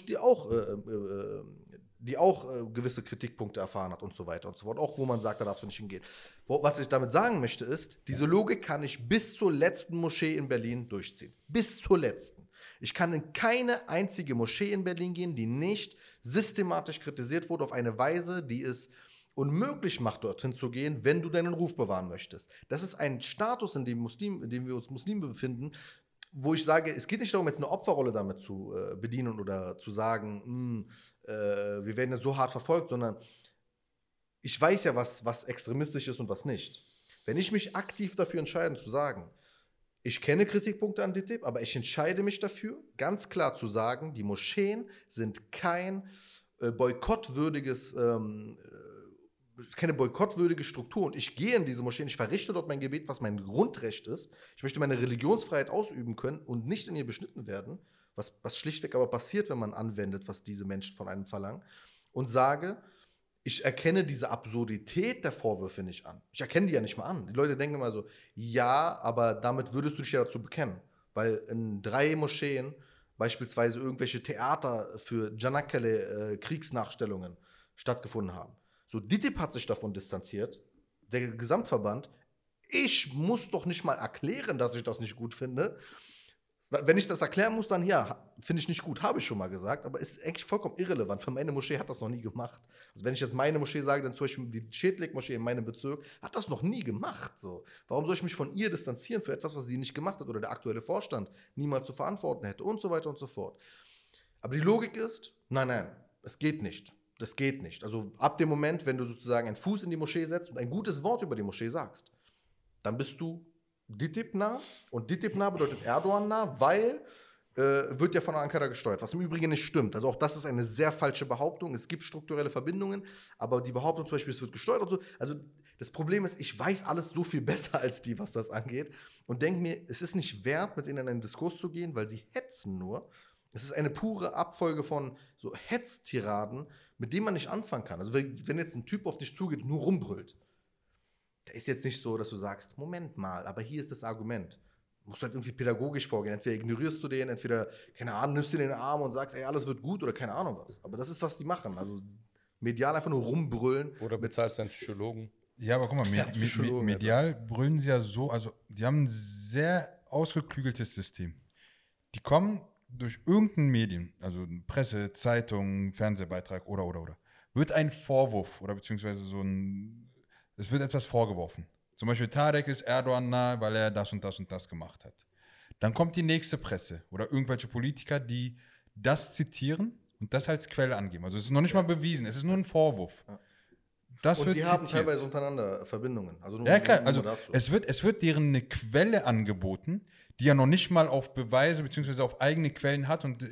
die auch gewisse Kritikpunkte erfahren hat und so weiter und so fort. Auch wo man sagt, da darfst du nicht hingehen. Was ich damit sagen möchte ist, diese Logik kann ich bis zur letzten Moschee in Berlin durchziehen. Bis zur letzten. Ich kann in keine einzige Moschee in Berlin gehen, die nicht systematisch kritisiert wurde auf eine Weise, die es unmöglich macht, dorthin zu gehen, wenn du deinen Ruf bewahren möchtest. Das ist ein Status, in dem wir uns Muslime befinden, wo ich sage, es geht nicht darum, jetzt eine Opferrolle damit zu bedienen oder zu sagen, wir werden ja so hart verfolgt, sondern ich weiß ja, was extremistisch ist und was nicht. Wenn ich mich aktiv dafür entscheide, zu sagen, ich kenne Kritikpunkte an DITIB, aber ich entscheide mich dafür, ganz klar zu sagen, die Moscheen sind keine boykottwürdige Struktur und ich gehe in diese Moscheen, ich verrichte dort mein Gebet, was mein Grundrecht ist. Ich möchte meine Religionsfreiheit ausüben können und nicht in ihr beschnitten werden, was schlichtweg aber passiert, wenn man anwendet, was diese Menschen von einem verlangen, und sage, ich erkenne diese Absurdität der Vorwürfe nicht an. Ich erkenne die ja nicht mal an. Die Leute denken immer so, ja, aber damit würdest du dich ja dazu bekennen. Weil in 3 Moscheen beispielsweise irgendwelche Theater für Janakkale Kriegsnachstellungen stattgefunden haben. So, DITIB hat sich davon distanziert, der Gesamtverband. Ich muss doch nicht mal erklären, dass ich das nicht gut finde. Wenn ich das erklären muss, dann ja, finde ich nicht gut, habe ich schon mal gesagt, aber ist eigentlich vollkommen irrelevant. Für meine Moschee hat das noch nie gemacht. Also wenn ich jetzt meine Moschee sage, dann zum Beispiel die Schädlig-Moschee in meinem Bezirk hat das noch nie gemacht. So. Warum soll ich mich von ihr distanzieren für etwas, was sie nicht gemacht hat oder der aktuelle Vorstand niemals zu verantworten hätte und so weiter und so fort. Aber die Logik ist, nein, es geht nicht. Das geht nicht. Also ab dem Moment, wenn du sozusagen einen Fuß in die Moschee setzt und ein gutes Wort über die Moschee sagst, dann bist du DITIB-nah und DITIB-nah bedeutet Erdogan-nah, weil wird ja von Ankara gesteuert, was im Übrigen nicht stimmt. Also auch das ist eine sehr falsche Behauptung. Es gibt strukturelle Verbindungen, aber die Behauptung zum Beispiel, es wird gesteuert und so, also das Problem ist, ich weiß alles so viel besser als die, was das angeht und denke mir, es ist nicht wert, mit ihnen in einen Diskurs zu gehen, weil sie hetzen nur. Es ist eine pure Abfolge von so Hetztiraden, mit denen man nicht anfangen kann. Also wenn jetzt ein Typ auf dich zugeht und nur rumbrüllt, da ist jetzt nicht so, dass du sagst, Moment mal, aber hier ist das Argument. Du musst halt irgendwie pädagogisch vorgehen. Entweder ignorierst du den, entweder, keine Ahnung, nimmst du den in den Arm und sagst, ey, alles wird gut oder keine Ahnung was. Aber das ist, was die machen. Also medial einfach nur rumbrüllen. Oder bezahlst einen Psychologen. Ja, aber guck mal, medial brüllen sie ja so, also die haben ein sehr ausgeklügeltes System. Die kommen durch irgendein Medium, also Presse, Zeitung, Fernsehbeitrag oder, wird ein Vorwurf oder beziehungsweise es wird etwas vorgeworfen. Zum Beispiel Tarek ist Erdogan nah, weil er das und das und das gemacht hat. Dann kommt die nächste Presse oder irgendwelche Politiker, die das zitieren und das als Quelle angeben. Also es ist noch nicht mal bewiesen, es ist nur ein Vorwurf. Das und wird die zitiert. haben teilweise untereinander Verbindungen. Also Ja klar, also es wird deren eine Quelle angeboten, die ja noch nicht mal auf Beweise beziehungsweise auf eigene Quellen hat und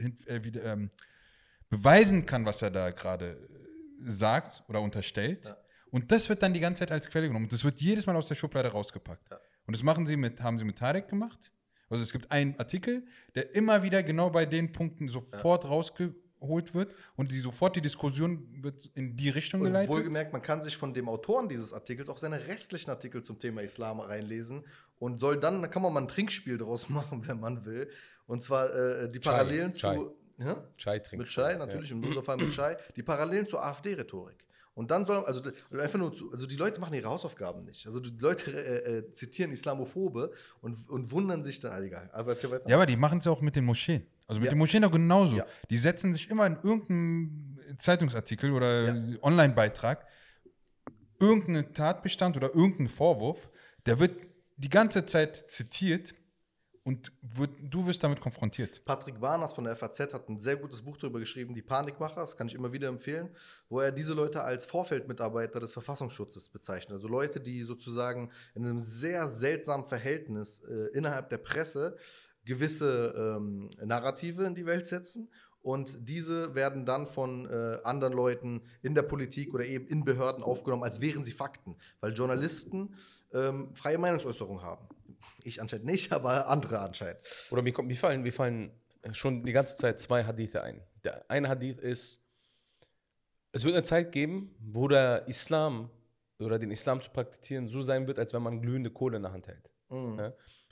beweisen kann, was er da gerade sagt oder unterstellt. Ja. Und das wird dann die ganze Zeit als Quelle genommen. Und das wird jedes Mal aus der Schublade rausgepackt. Ja. Und das haben sie mit Tarek gemacht. Also es gibt einen Artikel, der immer wieder genau bei den Punkten sofort rausgeholt wird und die Diskussion wird in die Richtung geleitet. Wohlgemerkt, man kann sich von dem Autoren dieses Artikels auch seine restlichen Artikel zum Thema Islam reinlesen und dann kann man mal ein Trinkspiel daraus machen, wenn man will. Und zwar die Parallelen zu... Chai trinken. Mit Chai, natürlich, in unserem Fall mit Chai. Die Parallelen zur AfD-Rhetorik. Und dann einfach nur die Leute machen ihre Hausaufgaben nicht. Also die Leute zitieren Islamophobe und wundern sich dann, egal. Aber ja, aber die machen es ja auch mit den Moscheen. Also mit den Moscheen auch genauso. Ja. Die setzen sich immer in irgendeinen Zeitungsartikel oder Online-Beitrag irgendeinen Tatbestand oder irgendeinen Vorwurf, der wird die ganze Zeit zitiert und du wirst damit konfrontiert. Patrick Barnas von der FAZ hat ein sehr gutes Buch darüber geschrieben, Die Panikmacher, das kann ich immer wieder empfehlen, wo er diese Leute als Vorfeldmitarbeiter des Verfassungsschutzes bezeichnet. Also Leute, die sozusagen in einem sehr seltsamen Verhältnis innerhalb der Presse gewisse Narrative in die Welt setzen und diese werden dann von anderen Leuten in der Politik oder eben in Behörden aufgenommen, als wären sie Fakten, weil Journalisten freie Meinungsäußerung haben. Ich anscheinend nicht, aber andere anscheinend. Oder mir fallen schon die ganze Zeit 2 Hadithe ein. Der eine Hadith ist, es wird eine Zeit geben, wo der Islam oder den Islam zu praktizieren so sein wird, als wenn man glühende Kohle in der Hand hält. Mhm. Ja?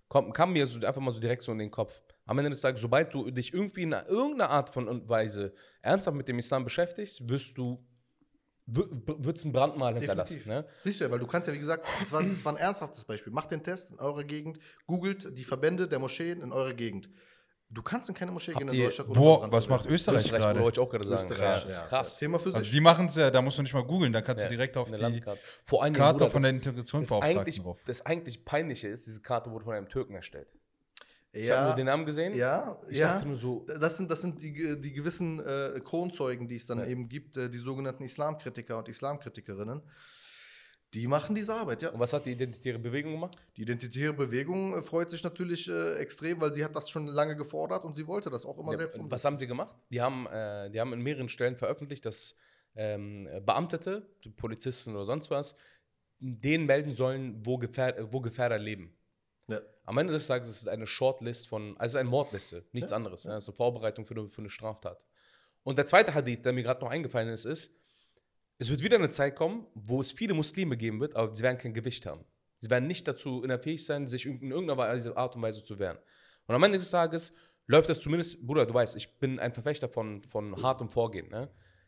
Kam mir so einfach mal so direkt so in den Kopf. Am Ende des Tages, sobald du dich irgendwie in irgendeiner Art von Weise ernsthaft mit dem Islam beschäftigst, wird es ein Brandmal hinterlassen. Definitiv. Ne? Siehst du ja, weil du kannst ja, wie gesagt, das war ein ernsthaftes Beispiel. Macht den Test in eurer Gegend, googelt die Verbände der Moscheen in eurer Gegend. Du kannst in keine Moschee gehen in Deutschland. Boah, was macht Österreich Österreich gerade? wollte ich auch gerade sagen. Österreich, Ja, ja. krass. Thema für sich. Also die machen es ja, da musst du nicht mal googeln, da kannst du direkt auf Eine die Landkarte. Vor allen Dingen, Karte Bruder, von der das Integrationsbeauftragten drauf. Das eigentlich Peinliche ist, diese Karte wurde von einem Türken erstellt. Ich Ja, habe nur den Namen gesehen. Ja, Ich ja. dachte nur so. Das sind die gewissen Kronzeugen, die es dann eben gibt, die sogenannten Islamkritiker und Islamkritikerinnen. Die machen diese Arbeit, ja. Und was hat die Identitäre Bewegung gemacht? Die Identitäre Bewegung freut sich natürlich extrem, weil sie hat das schon lange gefordert und sie wollte das auch immer selbst umsetzen. Was haben sie gemacht? Die haben in mehreren Stellen veröffentlicht, dass Beamtete, Polizisten oder sonst was, denen melden sollen, wo Gefährder leben. Ja. Am Ende des Tages ist es eine Shortlist also eine Mordliste, nichts anderes. Ja. Das ist eine Vorbereitung für eine Straftat. Und der zweite Hadith, der mir gerade noch eingefallen ist, es wird wieder eine Zeit kommen, wo es viele Muslime geben wird, aber sie werden kein Gewicht haben. Sie werden nicht dazu in der Fähigkeit sein, sich in irgendeiner Art und Weise zu wehren. Und am Ende des Tages läuft das zumindest, Bruder, du weißt, ich bin ein Verfechter von hartem Vorgehen. Ne?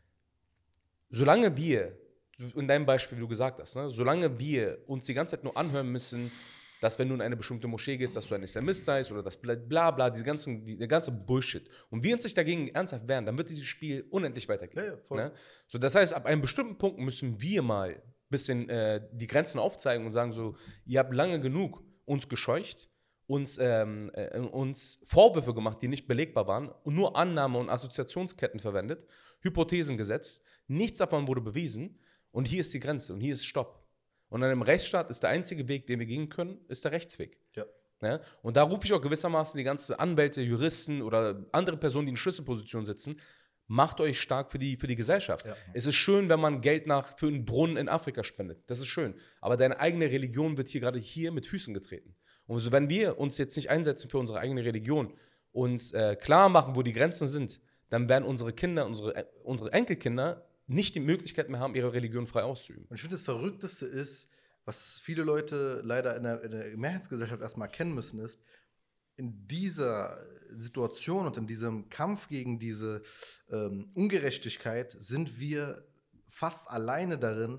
Solange wir, in deinem Beispiel, wie du gesagt hast, ne, solange wir uns die ganze Zeit nur anhören müssen, dass wenn du in eine bestimmte Moschee gehst, dass du ein Islamist seist oder das bla bla, der ganze Bullshit. Und wir uns nicht dagegen ernsthaft wehren, dann wird dieses Spiel unendlich weitergehen. Ja, voll. Ne? So, das heißt, ab einem bestimmten Punkt müssen wir mal ein bisschen die Grenzen aufzeigen und sagen so, ihr habt lange genug uns gescheucht, uns Vorwürfe gemacht, die nicht belegbar waren und nur Annahme- und Assoziationsketten verwendet, Hypothesen gesetzt, nichts davon wurde bewiesen und hier ist die Grenze und hier ist Stopp. Und in einem Rechtsstaat ist der einzige Weg, den wir gehen können, ist der Rechtsweg. Ja. Ja? Und da rufe ich auch gewissermaßen die ganzen Anwälte, Juristen oder andere Personen, die in Schlüsselpositionen sitzen, macht euch stark für die Gesellschaft. Ja. Es ist schön, wenn man Geld für einen Brunnen in Afrika spendet. Das ist schön. Aber deine eigene Religion wird gerade hier mit Füßen getreten. Und so, wenn wir uns jetzt nicht einsetzen für unsere eigene Religion, uns klar machen, wo die Grenzen sind, dann werden unsere Kinder, unsere Enkelkinder nicht die Möglichkeit mehr haben, ihre Religion frei auszuüben. Und ich finde, das Verrückteste ist, was viele Leute leider in der Mehrheitsgesellschaft erstmal erkennen müssen, ist, in dieser Situation und in diesem Kampf gegen diese Ungerechtigkeit sind wir fast alleine darin,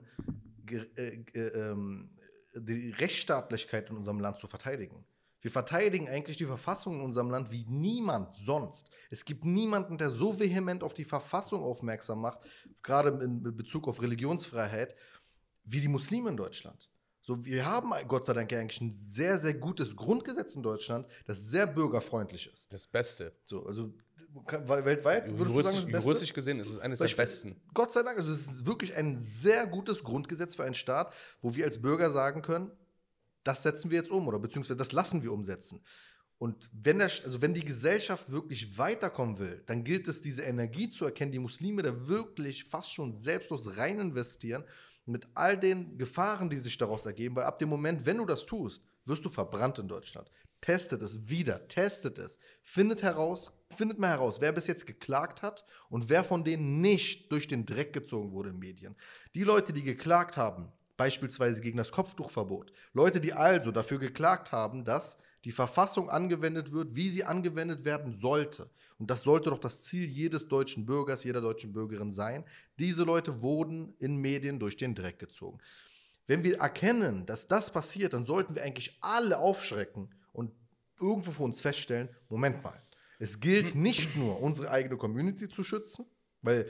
die Rechtsstaatlichkeit in unserem Land zu verteidigen. Wir verteidigen eigentlich die Verfassung in unserem Land wie niemand sonst. Es gibt niemanden, der so vehement auf die Verfassung aufmerksam macht, gerade in Bezug auf Religionsfreiheit, wie die Muslime in Deutschland. So, wir haben Gott sei Dank eigentlich ein sehr, sehr gutes Grundgesetz in Deutschland, das sehr bürgerfreundlich ist. Das Beste. So, also weltweit würdest du sagen, das Beste? Juristisch gesehen ist es eines der besten. Gott sei Dank, also es ist wirklich ein sehr gutes Grundgesetz für einen Staat, wo wir als Bürger sagen können, das setzen wir jetzt um oder beziehungsweise das lassen wir umsetzen. Und wenn die Gesellschaft wirklich weiterkommen will, dann gilt es, diese Energie zu erkennen, die Muslime da wirklich fast schon selbstlos rein investieren, mit all den Gefahren, die sich daraus ergeben, weil ab dem Moment, wenn du das tust, wirst du verbrannt in Deutschland. Testet es wieder, testet es. Findet mal heraus, wer bis jetzt geklagt hat und wer von denen nicht durch den Dreck gezogen wurde in Medien. Die Leute, die geklagt haben, beispielsweise gegen das Kopftuchverbot. Leute, die also dafür geklagt haben, dass die Verfassung angewendet wird, wie sie angewendet werden sollte. Und das sollte doch das Ziel jedes deutschen Bürgers, jeder deutschen Bürgerin sein. Diese Leute wurden in Medien durch den Dreck gezogen. Wenn wir erkennen, dass das passiert, dann sollten wir eigentlich alle aufschrecken und irgendwo für uns feststellen, Moment mal, es gilt nicht nur, unsere eigene Community zu schützen, weil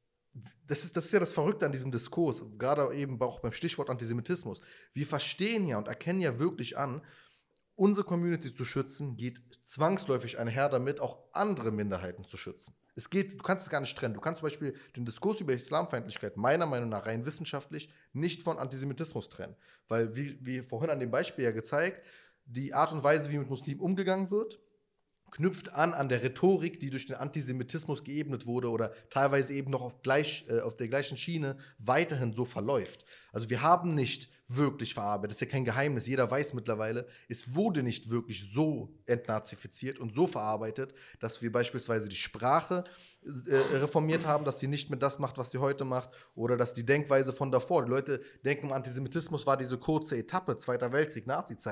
das ist ja das Verrückte an diesem Diskurs, gerade eben auch beim Stichwort Antisemitismus. Wir verstehen ja und erkennen ja wirklich an, unsere Community zu schützen, geht zwangsläufig einher damit, auch andere Minderheiten zu schützen. Du kannst es gar nicht trennen. Du kannst zum Beispiel den Diskurs über Islamfeindlichkeit meiner Meinung nach rein wissenschaftlich nicht von Antisemitismus trennen. Weil, wie vorhin an dem Beispiel ja gezeigt, die Art und Weise, wie mit Muslimen umgegangen wird, knüpft an der Rhetorik, die durch den Antisemitismus geebnet wurde oder teilweise eben noch auf der gleichen Schiene weiterhin so verläuft. Also wir haben nicht wirklich verarbeitet, das ist ja kein Geheimnis, jeder weiß mittlerweile, es wurde nicht wirklich so entnazifiziert und so verarbeitet, dass wir beispielsweise die Sprache reformiert haben, dass sie nicht mehr das macht, was sie heute macht, oder dass die Denkweise von davor, die Leute denken, Antisemitismus war diese kurze Etappe, Zweiter Weltkrieg, Nazizeit.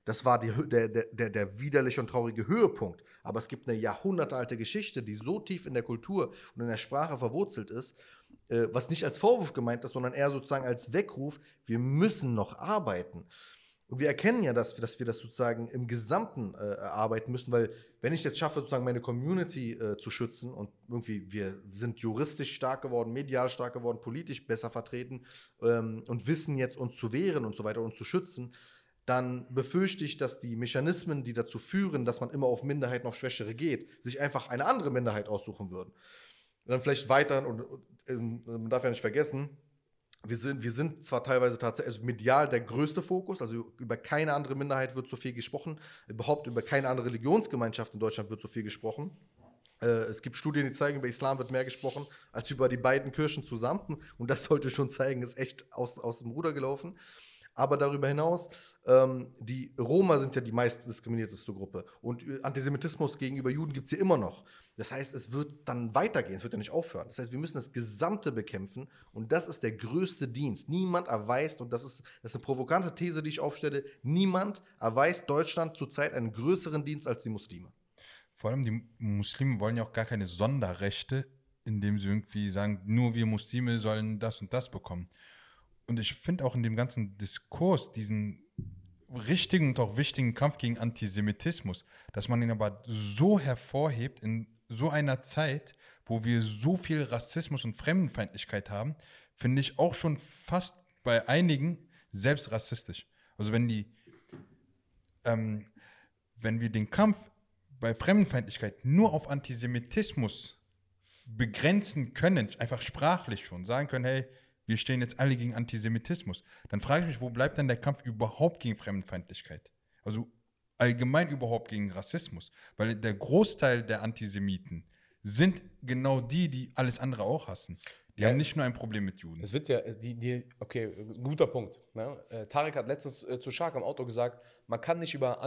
Das war der widerliche und traurige Höhepunkt. Aber es gibt eine jahrhundertealte Geschichte, die so tief in der Kultur und in der Sprache verwurzelt ist, was nicht als Vorwurf gemeint ist, sondern eher sozusagen als Weckruf, wir müssen noch arbeiten. Und wir erkennen ja, dass wir das sozusagen im Gesamten erarbeiten müssen, weil wenn ich jetzt schaffe, sozusagen meine Community zu schützen und irgendwie wir sind juristisch stark geworden, medial stark geworden, politisch besser vertreten und wissen jetzt uns zu wehren und so weiter, uns zu schützen, dann befürchte ich, dass die Mechanismen, die dazu führen, dass man immer auf Minderheiten, auf Schwächere geht, sich einfach eine andere Minderheit aussuchen würden. Und dann vielleicht weiter, und man darf ja nicht vergessen, wir sind zwar teilweise tatsächlich also medial der größte Fokus, also über keine andere Minderheit wird so viel gesprochen, überhaupt über keine andere Religionsgemeinschaft in Deutschland wird so viel gesprochen. Es gibt Studien, die zeigen, über Islam wird mehr gesprochen als über die beiden Kirchen zusammen. Und das sollte schon zeigen, ist echt aus dem Ruder gelaufen. Aber darüber hinaus, die Roma sind ja die meist diskriminierteste Gruppe. Und Antisemitismus gegenüber Juden gibt es ja immer noch. Das heißt, es wird dann weitergehen, es wird ja nicht aufhören. Das heißt, wir müssen das Gesamte bekämpfen. Und das ist der größte Dienst. Niemand erweist, und das ist eine provokante These, die ich aufstelle, niemand erweist Deutschland zurzeit einen größeren Dienst als die Muslime. Vor allem die Muslime wollen ja auch gar keine Sonderrechte, indem sie irgendwie sagen, nur wir Muslime sollen das und das bekommen. Und ich finde auch in dem ganzen Diskurs diesen richtigen und auch wichtigen Kampf gegen Antisemitismus, dass man ihn aber so hervorhebt in so einer Zeit, wo wir so viel Rassismus und Fremdenfeindlichkeit haben, finde ich auch schon fast bei einigen selbst rassistisch. Also wenn wir den Kampf bei Fremdenfeindlichkeit nur auf Antisemitismus begrenzen können, einfach sprachlich schon, sagen können, hey, wir stehen jetzt alle gegen Antisemitismus, dann frage ich mich, wo bleibt denn der Kampf überhaupt gegen Fremdenfeindlichkeit? Also allgemein überhaupt gegen Rassismus. Weil der Großteil der Antisemiten sind genau die alles andere auch hassen. Die haben nicht nur ein Problem mit Juden. Es wird ja, okay, guter Punkt. Ne? Tarek hat letztens zu Schark am Auto gesagt, man kann nicht über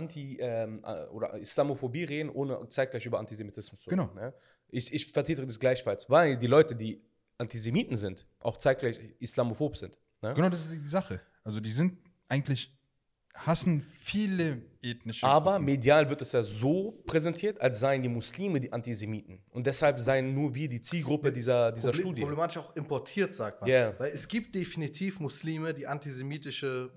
oder Islamophobie reden, ohne zeitgleich über Antisemitismus zu reden. Genau. Ne? Ich vertrete das gleichfalls, weil die Leute, die Antisemiten sind, auch zeitgleich islamophob sind. Ne? Genau, das ist die Sache. Also die sind eigentlich, hassen viele ethnische Aber Gruppen. medial wird es ja so präsentiert, als seien die Muslime die Antisemiten. Und deshalb seien nur wir die Zielgruppe dieser Studie. Problematisch auch importiert, sagt man. Yeah. Weil es gibt definitiv Muslime, die antisemitische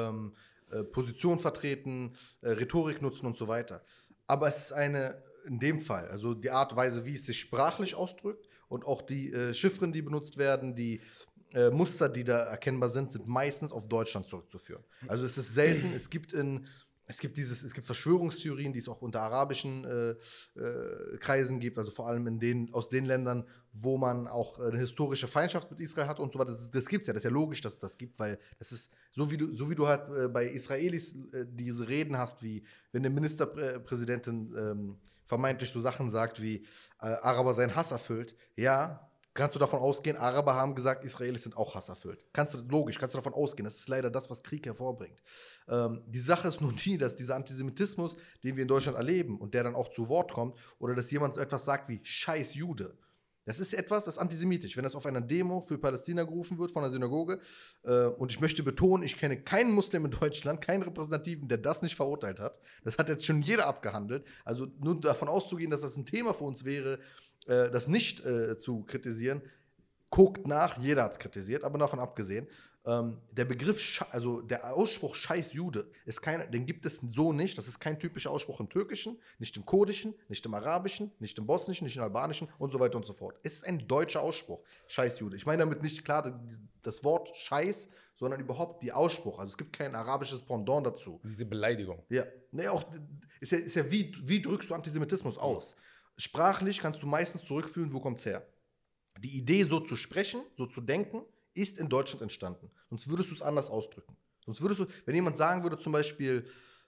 Position vertreten, Rhetorik nutzen und so weiter. Aber es ist in dem Fall, also die Art und Weise, wie es sich sprachlich ausdrückt und auch die Chiffren, die benutzt werden, die Muster, die da erkennbar sind meistens auf Deutschland zurückzuführen. Also es ist selten, es gibt Verschwörungstheorien, die es auch unter arabischen Kreisen gibt, also vor allem aus den Ländern, wo man auch eine historische Feindschaft mit Israel hat und so weiter. Das gibt es ja, das ist ja logisch, dass es das gibt, weil das ist, so wie du halt bei Israelis diese Reden hast, wie wenn eine Ministerpräsidentin vermeintlich so Sachen sagt, wie Araber seinen Hass erfüllt, ja, kannst du davon ausgehen, Araber haben gesagt, Israelis sind auch hasserfüllt. Kannst du davon ausgehen. Das ist leider das, was Krieg hervorbringt. Die Sache ist nur die, dass dieser Antisemitismus, den wir in Deutschland erleben und der dann auch zu Wort kommt, oder dass jemand so etwas sagt wie Scheiß Jude, das ist etwas, das ist antisemitisch. Wenn das auf einer Demo für Palästina gerufen wird von der Synagoge, und ich möchte betonen, ich kenne keinen Muslim in Deutschland, keinen Repräsentativen, der das nicht verurteilt hat. Das hat jetzt schon jeder abgehandelt. Also nur davon auszugehen, dass das ein Thema für uns wäre, das nicht zu kritisieren, guckt nach, jeder hat es kritisiert, aber davon abgesehen, der Begriff, also der Ausspruch Scheiß Jude, den gibt es so nicht, das ist kein typischer Ausspruch im Türkischen, nicht im Kurdischen, nicht im Arabischen, nicht im Bosnischen, nicht im Albanischen und so weiter und so fort. Es ist ein deutscher Ausspruch, Scheiß Jude. Ich meine damit nicht klar das Wort Scheiß, sondern überhaupt die Ausspruch. Also es gibt kein arabisches Pendant dazu. Diese Beleidigung. Ja, ist ja wie drückst du Antisemitismus aus? Sprachlich kannst du meistens zurückführen, wo kommt's her? Die Idee, so zu sprechen, so zu denken, ist in Deutschland entstanden. Sonst würdest du es anders ausdrücken. Sonst würdest du, wenn jemand sagen würde, zum Beispiel,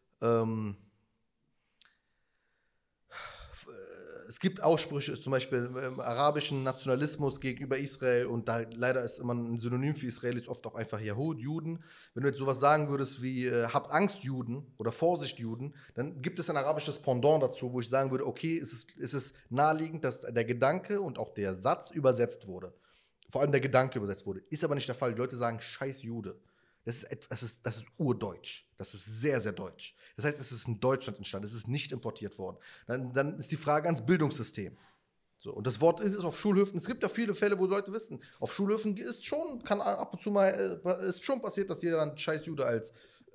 es gibt Aussprüche, zum Beispiel im arabischen Nationalismus gegenüber Israel, und da leider ist immer ein Synonym für Israelis oft auch einfach Yahud, Juden. Wenn du jetzt sowas sagen würdest wie habt Angst Juden oder Vorsicht Juden, dann gibt es ein arabisches Pendant dazu, wo ich sagen würde, okay, es ist naheliegend, dass der Gedanke und auch der Satz übersetzt wurde. Vor allem der Gedanke übersetzt wurde. Ist aber nicht der Fall. Die Leute sagen Scheiß Jude. Das ist urdeutsch. Das ist sehr, sehr deutsch. Das heißt, es ist in Deutschland entstanden. Es ist nicht importiert worden. Dann ist die Frage ans Bildungssystem. So, und das Wort ist auf Schulhöfen. Es gibt ja viele Fälle, wo Leute wissen, auf Schulhöfen kann ab und zu mal, ist schon passiert, dass jeder scheiß Jude als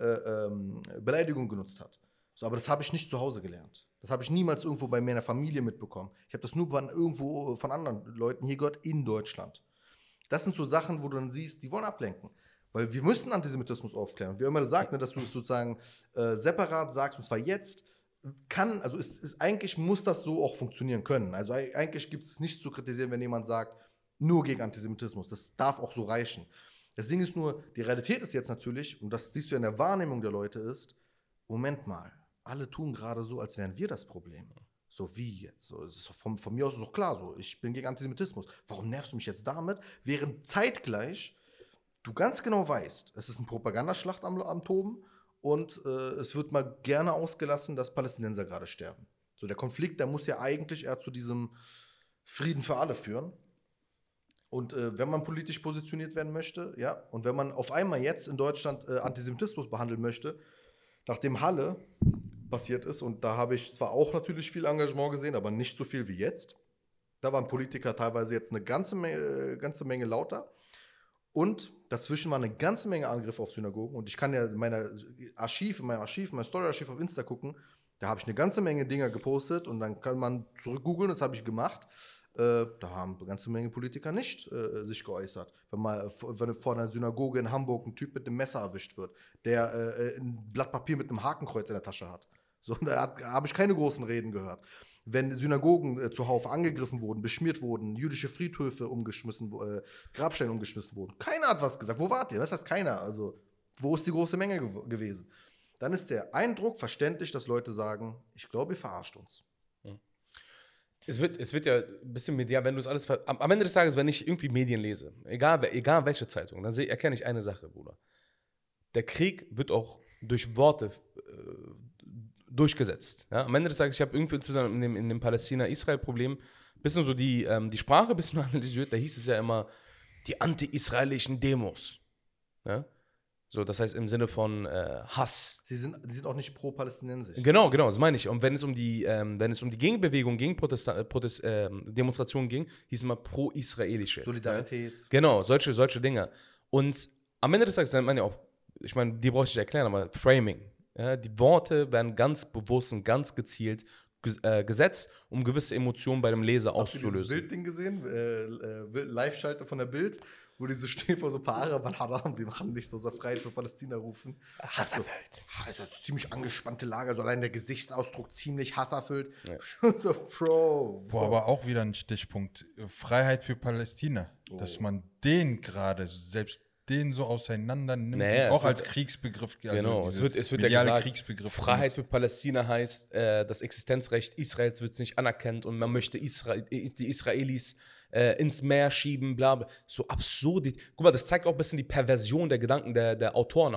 Beleidigung genutzt hat. So, aber das habe ich nicht zu Hause gelernt. Das habe ich niemals irgendwo bei mir in der Familie mitbekommen. Ich habe das nur irgendwo von anderen Leuten hier gehört in Deutschland. Das sind so Sachen, wo du dann siehst, die wollen ablenken. Weil wir müssen Antisemitismus aufklären. Wie immer sagt, ne, dass du es sozusagen separat sagst, und zwar jetzt, eigentlich muss das so auch funktionieren können. Also eigentlich gibt es nichts zu kritisieren, wenn jemand sagt, nur gegen Antisemitismus. Das darf auch so reichen. Das Ding ist nur, die Realität ist jetzt natürlich, und das siehst du ja in der Wahrnehmung der Leute ist, Moment mal, alle tun gerade so, als wären wir das Problem. So wie jetzt? So, das ist von mir aus ist doch klar so, ich bin gegen Antisemitismus. Warum nervst du mich jetzt damit? Während zeitgleich du ganz genau weißt, es ist eine Propagandaschlacht am Toben und es wird mal gerne ausgelassen, dass Palästinenser gerade sterben. So, der Konflikt, der muss ja eigentlich eher zu diesem Frieden für alle führen. Und wenn man politisch positioniert werden möchte, ja, und wenn man auf einmal jetzt in Deutschland Antisemitismus behandeln möchte, nachdem Halle passiert ist, und da habe ich zwar auch natürlich viel Engagement gesehen, aber nicht so viel wie jetzt, da waren Politiker teilweise jetzt eine ganze Menge lauter. Und dazwischen war eine ganze Menge Angriffe auf Synagogen. Und ich kann ja in meinem Story-Archiv auf Insta gucken. Da habe ich eine ganze Menge Dinger gepostet und dann kann man zurückgoogeln, das habe ich gemacht. Da haben eine ganze Menge Politiker nicht sich geäußert. Wenn vor einer Synagoge in Hamburg ein Typ mit einem Messer erwischt wird, der ein Blatt Papier mit einem Hakenkreuz in der Tasche hat. So, da habe ich keine großen Reden gehört. Wenn Synagogen zuhauf angegriffen wurden, beschmiert wurden, jüdische Friedhöfe umgeschmissen, Grabsteine umgeschmissen wurden. Keiner hat was gesagt. Wo wart ihr? Das heißt keiner. Also, wo ist die große Menge gewesen? Dann ist der Eindruck verständlich, dass Leute sagen, ich glaube, ihr verarscht uns. Es wird ja ein bisschen medial, wenn du es alles am Ende des Tages, wenn ich irgendwie Medien lese, egal welche Zeitung, dann erkenne ich eine Sache, Bruder. Der Krieg wird auch durch Worte durchgesetzt. Ja? Am Ende des Tages, ich habe irgendwie insbesondere in dem Palästina-Israel-Problem ein bisschen so die Sprache ein bisschen analysiert, da hieß es ja immer, die anti-israelischen Demos. Ja? So, das heißt im Sinne von Hass. Die sind auch nicht pro-palästinensisch. Genau, das meine ich. Und wenn es um die Gegenbewegung, gegen Demonstrationen ging, hieß es immer pro-israelische. Solidarität. Ja? Genau, solche Dinge. Und am Ende des Tages nennt man ja auch, ich meine, die brauche ich nicht erklären, aber Framing. Ja? Die Worte werden ganz bewusst und ganz gezielt gesetzt, um gewisse Emotionen bei dem Leser auszulösen. Hast du dieses Bildding gesehen? Live-Schalte von der Bild, wo die so stehen vor so ein paar Araber, die machen nicht so Freiheit für Palästina rufen. Hasserfüllt. Also das ist ziemlich angespannte Lage, so allein der Gesichtsausdruck ziemlich hasserfüllt. Ja. So, Bro. Boah, aber auch wieder ein Stichpunkt. Freiheit für Palästina. Oh. Dass man den gerade, selbst den so auseinander nimmt, auch als Kriegsbegriff. Also genau, es wird ja gesagt, Freiheit für Palästina heißt, das Existenzrecht Israels wird nicht anerkannt und man möchte die Israelis ins Meer schieben, bla bla. So absurd. Guck mal, das zeigt auch ein bisschen die Perversion der Gedanken der Autoren.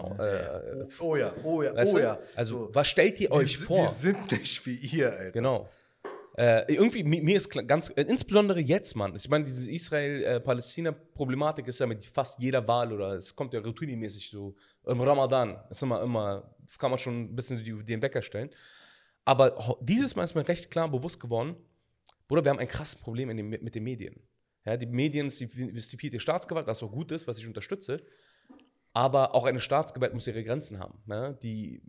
Oh ja. Also, so, was stellt ihr euch vor? Wir sind nicht wie ihr, Alter. Genau. Irgendwie, mir ist ganz, insbesondere jetzt, Mann. Ich meine, diese Israel-Palästina-Problematik ist ja mit fast jeder Wahl oder es kommt ja routinemäßig so. Im Ramadan ist immer, kann man schon ein bisschen den Wecker stellen. Aber dieses Mal ist mir recht klar bewusst geworden, Bruder, wir haben ein krasses Problem mit den Medien. Ja, die Medien ist die vierte Staatsgewalt, was auch gut ist, was ich unterstütze. Aber auch eine Staatsgewalt muss ihre Grenzen haben. Ne? Die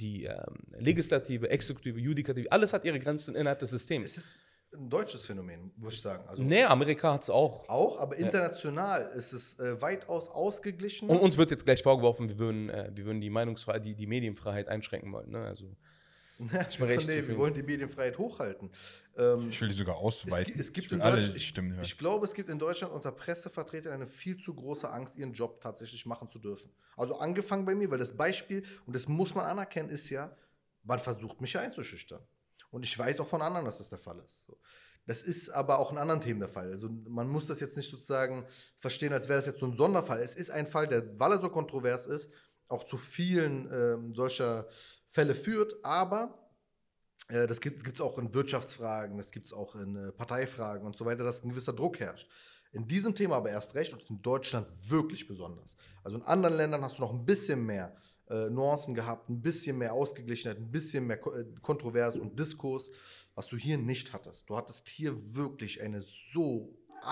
Legislative, Exekutive, Judikative, alles hat ihre Grenzen innerhalb des Systems. Es ist ein deutsches Phänomen, muss ich sagen. Also nee, Amerika hat es auch. Auch, aber international ist es weitaus ausgeglichen. Und uns wird jetzt gleich vorgeworfen, wir würden die Meinungsfreiheit, die Medienfreiheit einschränken wollen. Ne? Also, wir wollen die Medienfreiheit hochhalten. Ich will die sogar ausweiten. Ich glaube, es gibt in Deutschland unter Pressevertretern eine viel zu große Angst, ihren Job tatsächlich machen zu dürfen. Also angefangen bei mir, weil das Beispiel, und das muss man anerkennen, ist ja, man versucht mich ja einzuschüchtern. Und ich weiß auch von anderen, dass das der Fall ist. So. Das ist aber auch in anderen Themen der Fall. Also man muss das jetzt nicht sozusagen verstehen, als wäre das jetzt so ein Sonderfall. Es ist ein Fall, der, weil er so kontrovers ist, auch zu vielen solcher Fälle führt, aber das gibt es auch in Wirtschaftsfragen, das gibt es auch in Parteifragen und so weiter, dass ein gewisser Druck herrscht. In diesem Thema aber erst recht und in Deutschland wirklich besonders. Also in anderen Ländern hast du noch ein bisschen mehr Nuancen gehabt, ein bisschen mehr Ausgeglichenheit, ein bisschen mehr Kontrovers und Diskurs, was du hier nicht hattest. Du hattest hier wirklich eine so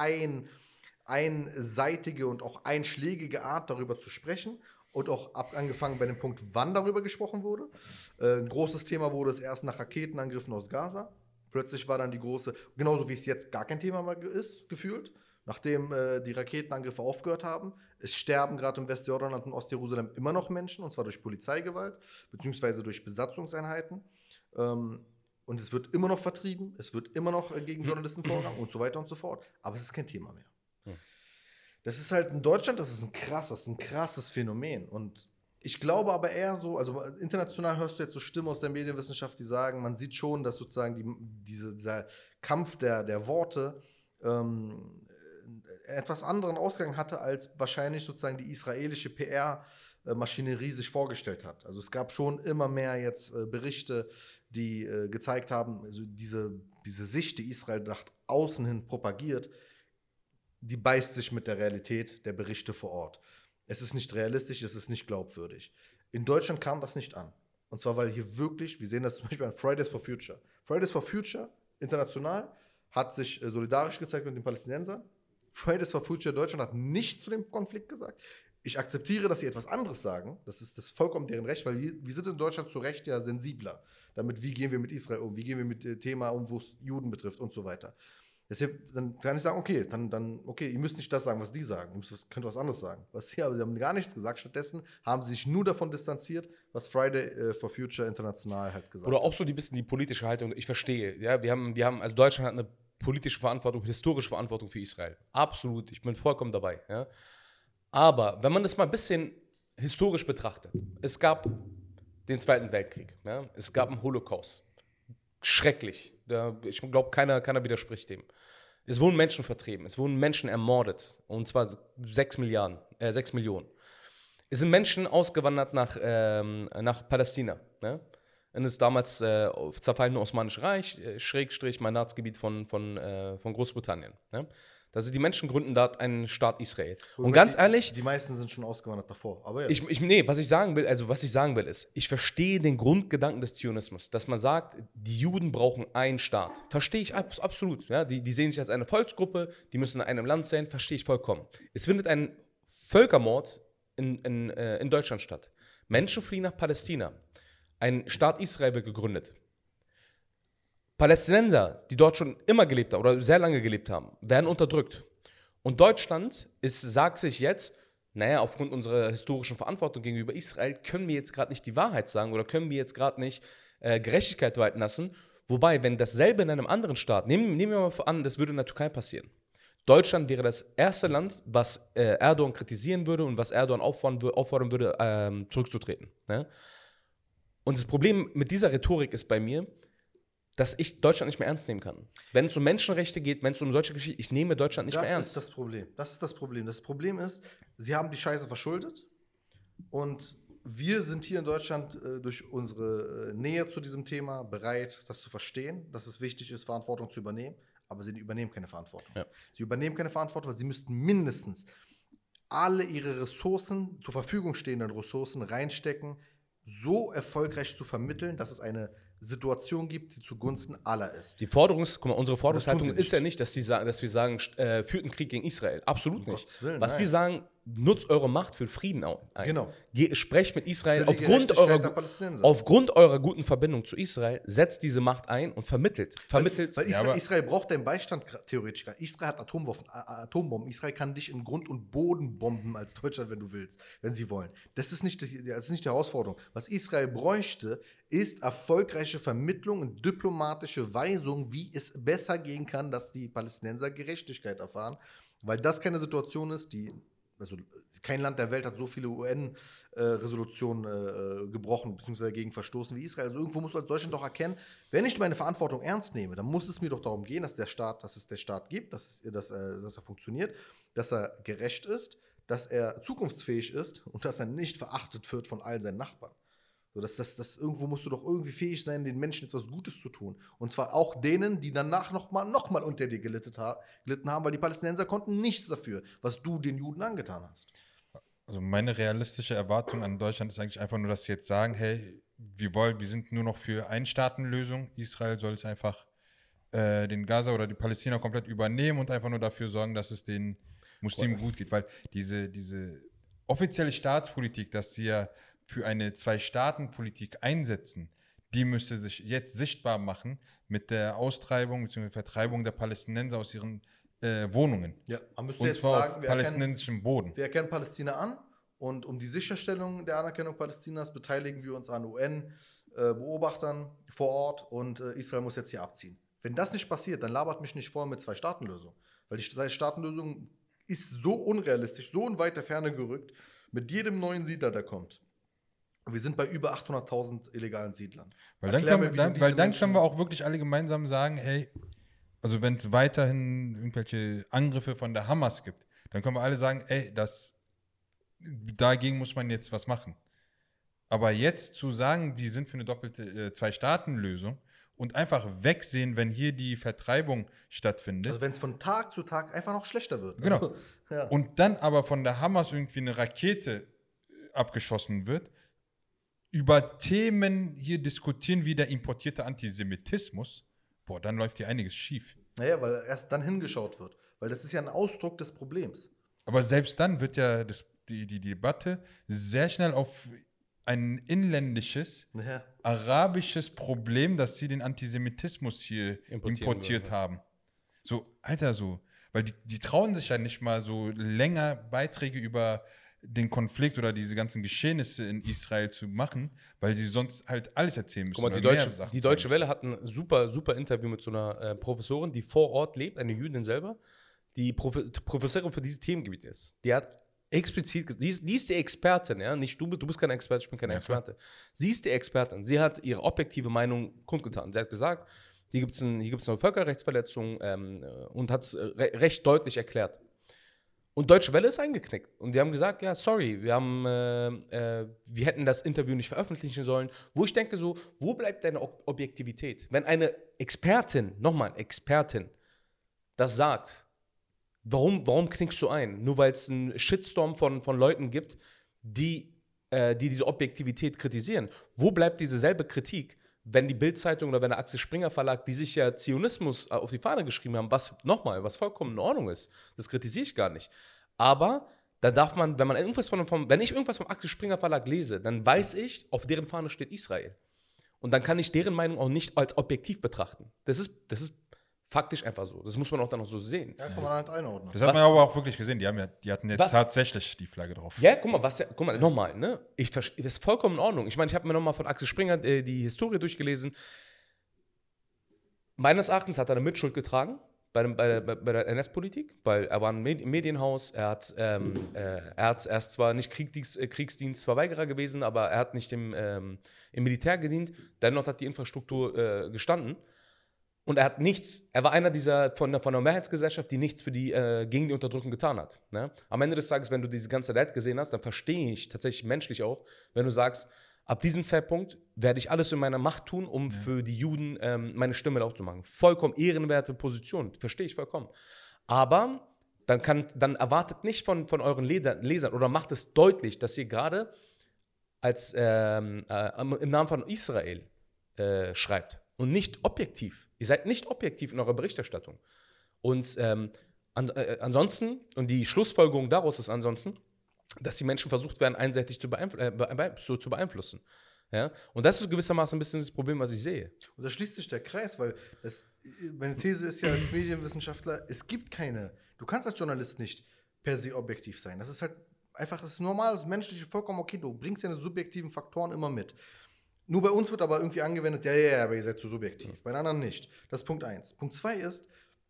einseitige und auch einschlägige Art, darüber zu sprechen. Und auch angefangen bei dem Punkt, wann darüber gesprochen wurde. Ein großes Thema wurde es erst nach Raketenangriffen aus Gaza. Plötzlich war dann die große, genauso wie es jetzt gar kein Thema mehr ist, gefühlt, nachdem die Raketenangriffe aufgehört haben. Es sterben gerade im Westjordanland und Ostjerusalem immer noch Menschen, und zwar durch Polizeigewalt, beziehungsweise durch Besatzungseinheiten. Und es wird immer noch vertrieben, es wird immer noch gegen Journalisten vorgegangen und so weiter und so fort. Aber es ist kein Thema mehr. Das ist halt in Deutschland, das ist ein krasses Phänomen. Und ich glaube aber eher so, also international hörst du jetzt so Stimmen aus der Medienwissenschaft, die sagen, man sieht schon, dass sozusagen dieser Kampf der Worte etwas anderen Ausgang hatte, als wahrscheinlich sozusagen die israelische PR-Maschinerie sich vorgestellt hat. Also es gab schon immer mehr jetzt Berichte, die gezeigt haben, also diese Sicht, die Israel nach außen hin propagiert, die beißt sich mit der Realität der Berichte vor Ort. Es ist nicht realistisch, es ist nicht glaubwürdig. In Deutschland kam das nicht an. Und zwar, weil hier wirklich, wir sehen das zum Beispiel an Fridays for Future. Fridays for Future, international, hat sich solidarisch gezeigt mit den Palästinensern. Fridays for Future Deutschland hat nichts zu dem Konflikt gesagt. Ich akzeptiere, dass sie etwas anderes sagen. Das ist vollkommen deren Recht, weil wir sind in Deutschland zu Recht ja sensibler. Damit, wie gehen wir mit Israel um, wie gehen wir mit dem Thema um, wo es Juden betrifft und so weiter. Deshalb, dann kann ich sagen, okay, ihr müsst nicht das sagen, was die sagen. Ihr könnt was anderes sagen. Aber sie haben gar nichts gesagt. Stattdessen haben sie sich nur davon distanziert, was Friday for Future international halt gesagt hat. Oder auch so die politische Haltung. Ich verstehe, ja, also Deutschland hat eine politische Verantwortung, historische Verantwortung für Israel. Absolut, ich bin vollkommen dabei. Ja. Aber wenn man das mal ein bisschen historisch betrachtet, es gab den Zweiten Weltkrieg, ja, es gab einen Holocaust. Schrecklich. Ich glaube, keiner widerspricht dem. Es wurden Menschen vertrieben, es wurden Menschen ermordet, und zwar 6 Millionen. Es sind Menschen ausgewandert nach Palästina. Ne? In das damals zerfallene Osmanische Reich, Schrägstrich Mandatsgebiet von Großbritannien. Ne? Also die Menschen gründen dort einen Staat Israel. Und ganz ehrlich, die meisten sind schon ausgewandert davor. Aber ja. Was ich sagen will, ist, ich verstehe den Grundgedanken des Zionismus, dass man sagt, die Juden brauchen einen Staat. Verstehe ich absolut. Ja? Die sehen sich als eine Volksgruppe, die müssen in einem Land sein, verstehe ich vollkommen. Es findet ein Völkermord in Deutschland statt. Menschen fliehen nach Palästina. Ein Staat Israel wird gegründet. Palästinenser, die dort schon immer gelebt haben oder sehr lange gelebt haben, werden unterdrückt. Und Deutschland sagt sich jetzt, naja, aufgrund unserer historischen Verantwortung gegenüber Israel können wir jetzt gerade nicht die Wahrheit sagen oder können wir jetzt gerade nicht Gerechtigkeit walten lassen. Wobei, wenn dasselbe in einem anderen Staat, nehmen wir mal an, das würde in der Türkei passieren. Deutschland wäre das erste Land, was Erdogan kritisieren würde und was Erdogan auffordern würde, zurückzutreten. Ne? Und das Problem mit dieser Rhetorik ist bei mir, dass ich Deutschland nicht mehr ernst nehmen kann. Wenn es um Menschenrechte geht, wenn es um solche Geschichten, ich nehme Deutschland nicht mehr ernst. Das ist das Problem. Das Problem ist, sie haben die Scheiße verschuldet und wir sind hier in Deutschland durch unsere Nähe zu diesem Thema bereit, das zu verstehen, dass es wichtig ist, Verantwortung zu übernehmen, aber sie übernehmen keine Verantwortung. Ja. Sie übernehmen keine Verantwortung, weil sie müssten mindestens alle ihre Ressourcen, zur Verfügung stehenden Ressourcen reinstecken, so erfolgreich zu vermitteln, dass es eine Situation gibt, die zugunsten aller ist. Unsere Forderungshaltung ist ja nicht, dass wir sagen, führt einen Krieg gegen Israel. Absolut nicht. Willen, was wir sagen, nutzt eure Macht für Frieden ein. Genau. Sprecht mit Israel aufgrund eurer guten Verbindung zu Israel, setzt diese Macht ein und vermittelt. Weil Israel braucht deinen Beistand theoretisch. Israel hat Atombomben. Israel kann dich in Grund und Boden bomben als Deutschland, wenn du willst, wenn sie wollen. Das ist nicht die Herausforderung. Was Israel bräuchte, ist erfolgreiche Vermittlung und diplomatische Weisung, wie es besser gehen kann, dass die Palästinenser Gerechtigkeit erfahren. Weil das keine Situation ist, also kein Land der Welt hat so viele UN-Resolutionen gebrochen bzw. dagegen verstoßen wie Israel. Also irgendwo muss als Deutschland doch erkennen, wenn ich meine Verantwortung ernst nehme, dann muss es mir doch darum gehen, dass es der Staat gibt, dass er funktioniert, dass er gerecht ist, dass er zukunftsfähig ist und dass er nicht verachtet wird von all seinen Nachbarn. So, das irgendwo musst du doch irgendwie fähig sein, den Menschen etwas Gutes zu tun. Und zwar auch denen, die danach noch mal unter dir gelitten haben, weil die Palästinenser konnten nichts dafür, was du den Juden angetan hast. Also meine realistische Erwartung an Deutschland ist eigentlich einfach nur, dass sie jetzt sagen, hey, wir sind nur noch für Ein-Staaten-Lösung. Israel soll es einfach den Gaza oder die Palästina komplett übernehmen und einfach nur dafür sorgen, dass es den Muslimen gut geht. Weil diese offizielle Staatspolitik, dass sie ja für eine Zwei-Staaten-Politik einsetzen, die müsste sich jetzt sichtbar machen mit der Austreibung bzw. Vertreibung der Palästinenser aus ihren Wohnungen. Ja, man müsste Und jetzt zwar sagen, auf palästinensischem Boden. wir erkennen Palästina an und um die Sicherstellung der Anerkennung Palästinas beteiligen wir uns an UN-Beobachtern vor Ort und Israel muss jetzt hier abziehen. Wenn das nicht passiert, dann labert mich nicht vor mit Zwei-Staaten-Lösung. Weil die Zwei-Staaten-Lösung ist so unrealistisch, so in weite Ferne gerückt, mit jedem neuen Siedler, der kommt. Und wir sind bei über 800.000 illegalen Siedlern. Weil dann können wir auch wirklich alle gemeinsam sagen, hey, also wenn es weiterhin irgendwelche Angriffe von der Hamas gibt, dann können wir alle sagen, ey, dagegen muss man jetzt was machen. Aber jetzt zu sagen, wir sind für eine doppelte Zwei-Staaten-Lösung und einfach wegsehen, wenn hier die Vertreibung stattfindet. Also wenn es von Tag zu Tag einfach noch schlechter wird. Genau. Also, ja. Und dann aber von der Hamas irgendwie eine Rakete abgeschossen wird, über Themen hier diskutieren wie der importierte Antisemitismus, boah, dann läuft hier einiges schief. Naja, weil erst dann hingeschaut wird. Weil das ist ja ein Ausdruck des Problems. Aber selbst dann wird ja die Debatte sehr schnell auf ein inländisches, arabisches Problem, dass sie den Antisemitismus hier importiert haben. So, Alter, so. Weil die trauen sich ja nicht mal so länger Beiträge über den Konflikt oder diese ganzen Geschehnisse in Israel zu machen, weil sie sonst halt alles erzählen müssen. Guck mal, die Deutsche Welle hat ein super, super Interview mit so einer Professorin, die vor Ort lebt, eine Jüdin selber, die Professorin für dieses Themengebiet ist. Die hat explizit, die ist die Expertin, ja, nicht du bist kein Experte, ich bin kein Experte. Sie ist die Expertin, sie hat ihre objektive Meinung kundgetan. Sie hat gesagt, hier gibt's eine Völkerrechtsverletzung und hat es recht deutlich erklärt. Und Deutsche Welle ist eingeknickt. Und die haben gesagt, ja, sorry, wir hätten das Interview nicht veröffentlichen sollen. Wo ich denke so, wo bleibt deine Objektivität? Wenn eine Expertin, das sagt, warum knickst du ein? Nur weil es einen Shitstorm von Leuten gibt, die diese Objektivität kritisieren. Wo bleibt diese selbe Kritik, wenn die Bild-Zeitung oder wenn der Axel Springer Verlag, die sich ja Zionismus auf die Fahne geschrieben haben, was vollkommen in Ordnung ist, das kritisiere ich gar nicht. Aber da darf man, wenn ich irgendwas vom Axel Springer Verlag lese, dann weiß ich, auf deren Fahne steht Israel. Und dann kann ich deren Meinung auch nicht als objektiv betrachten. Das ist faktisch einfach so. Das muss man auch dann noch so sehen. Ja, kann man halt einordnen. Das hat man aber auch wirklich gesehen. Die hatten jetzt tatsächlich die Flagge drauf. Ja, guck mal, nochmal, ne? Das ist vollkommen in Ordnung. Ich meine, ich habe mir nochmal von Axel Springer die Historie durchgelesen. Meines Erachtens hat er eine Mitschuld getragen bei der NS-Politik, weil er war im Medienhaus, er ist zwar nicht Kriegsdienstverweigerer gewesen, aber er hat nicht im Militär gedient, dennoch hat die Infrastruktur gestanden. Und er war einer dieser von der Mehrheitsgesellschaft, die nichts gegen die Unterdrückung getan hat. Ne? Am Ende des Tages, wenn du diese ganze Leid gesehen hast, dann verstehe ich tatsächlich menschlich auch, wenn du sagst, ab diesem Zeitpunkt werde ich alles in meiner Macht tun, um für die Juden meine Stimme laut zu machen. Vollkommen ehrenwerte Position, verstehe ich vollkommen. Aber dann erwartet nicht von euren Lesern oder macht es deutlich, dass ihr gerade im Namen von Israel schreibt und nicht objektiv. Ihr seid nicht objektiv in eurer Berichterstattung. Und ansonsten, und die Schlussfolgerung daraus ist ansonsten, dass die Menschen versucht werden, einseitig zu beeinflussen. Ja? Und das ist gewissermaßen ein bisschen das Problem, was ich sehe. Und da schließt sich der Kreis, weil meine These ist ja als Medienwissenschaftler, du kannst als Journalist nicht per se objektiv sein. Das ist halt einfach, das ist normal, das Menschliche vollkommen okay, du bringst deine subjektiven Faktoren immer mit. Nur bei uns wird aber irgendwie angewendet, ja, aber ihr seid zu subjektiv. Bei den anderen nicht. Das ist Punkt 1. Punkt 2 ist,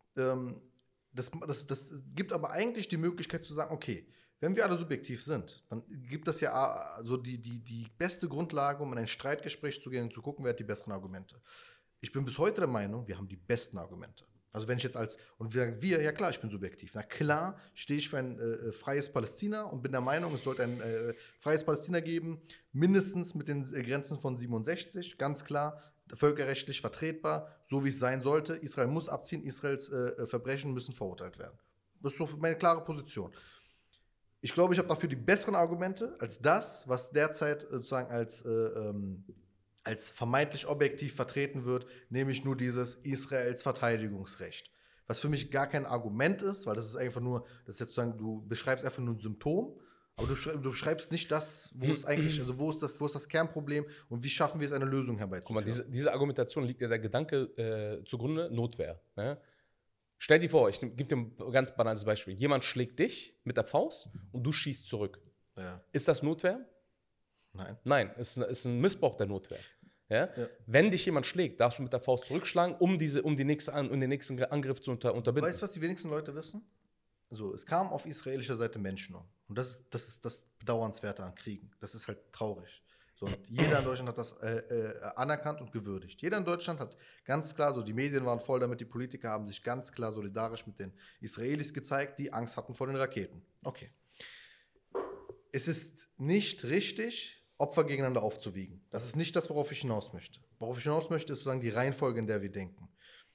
das gibt aber eigentlich die Möglichkeit zu sagen, okay, wenn wir alle subjektiv sind, dann gibt das ja so die beste Grundlage, um in ein Streitgespräch zu gehen und zu gucken, wer hat die besseren Argumente. Ich bin bis heute der Meinung, wir haben die besten Argumente. Also wenn ich jetzt und wir sagen, ja klar, ich bin subjektiv. Na klar, stehe ich für ein freies Palästina und bin der Meinung, es sollte ein freies Palästina geben, mindestens mit den Grenzen von 67, ganz klar, völkerrechtlich vertretbar, so wie es sein sollte. Israel muss abziehen, Israels Verbrechen müssen verurteilt werden. Das ist so meine klare Position. Ich glaube, ich habe dafür die besseren Argumente als das, was derzeit sozusagen als vermeintlich objektiv vertreten wird, nämlich nur dieses Israels Verteidigungsrecht. Was für mich gar kein Argument ist, weil das ist einfach nur, das ist jetzt sozusagen, du beschreibst einfach nur ein Symptom, aber du beschreibst nicht das, wo es eigentlich, also wo ist das Kernproblem und wie schaffen wir es, eine Lösung herbeizuführen. Guck mal, diese Argumentation liegt ja der Gedanke zugrunde, Notwehr. Ne? Stell dir vor, ich gebe dir ein ganz banales Beispiel. Jemand schlägt dich mit der Faust und du schießt zurück. Ja. Ist das Notwehr? Nein. Nein, ist ein Missbrauch der Notwehr. Ja? Ja. Wenn dich jemand schlägt, darfst du mit der Faust zurückschlagen, um den nächsten Angriff zu unterbinden. Weißt du, was die wenigsten Leute wissen? So, es kamen auf israelischer Seite Menschen um. Und das ist das Bedauernswerte an Kriegen. Das ist halt traurig. So, und jeder in Deutschland hat das anerkannt und gewürdigt. Jeder in Deutschland hat ganz klar, so die Medien waren voll damit, die Politiker haben sich ganz klar solidarisch mit den Israelis gezeigt, die Angst hatten vor den Raketen. Okay. Es ist nicht richtig, Opfer gegeneinander aufzuwiegen. Das ist nicht das, worauf ich hinaus möchte. Worauf ich hinaus möchte, ist sozusagen die Reihenfolge, in der wir denken.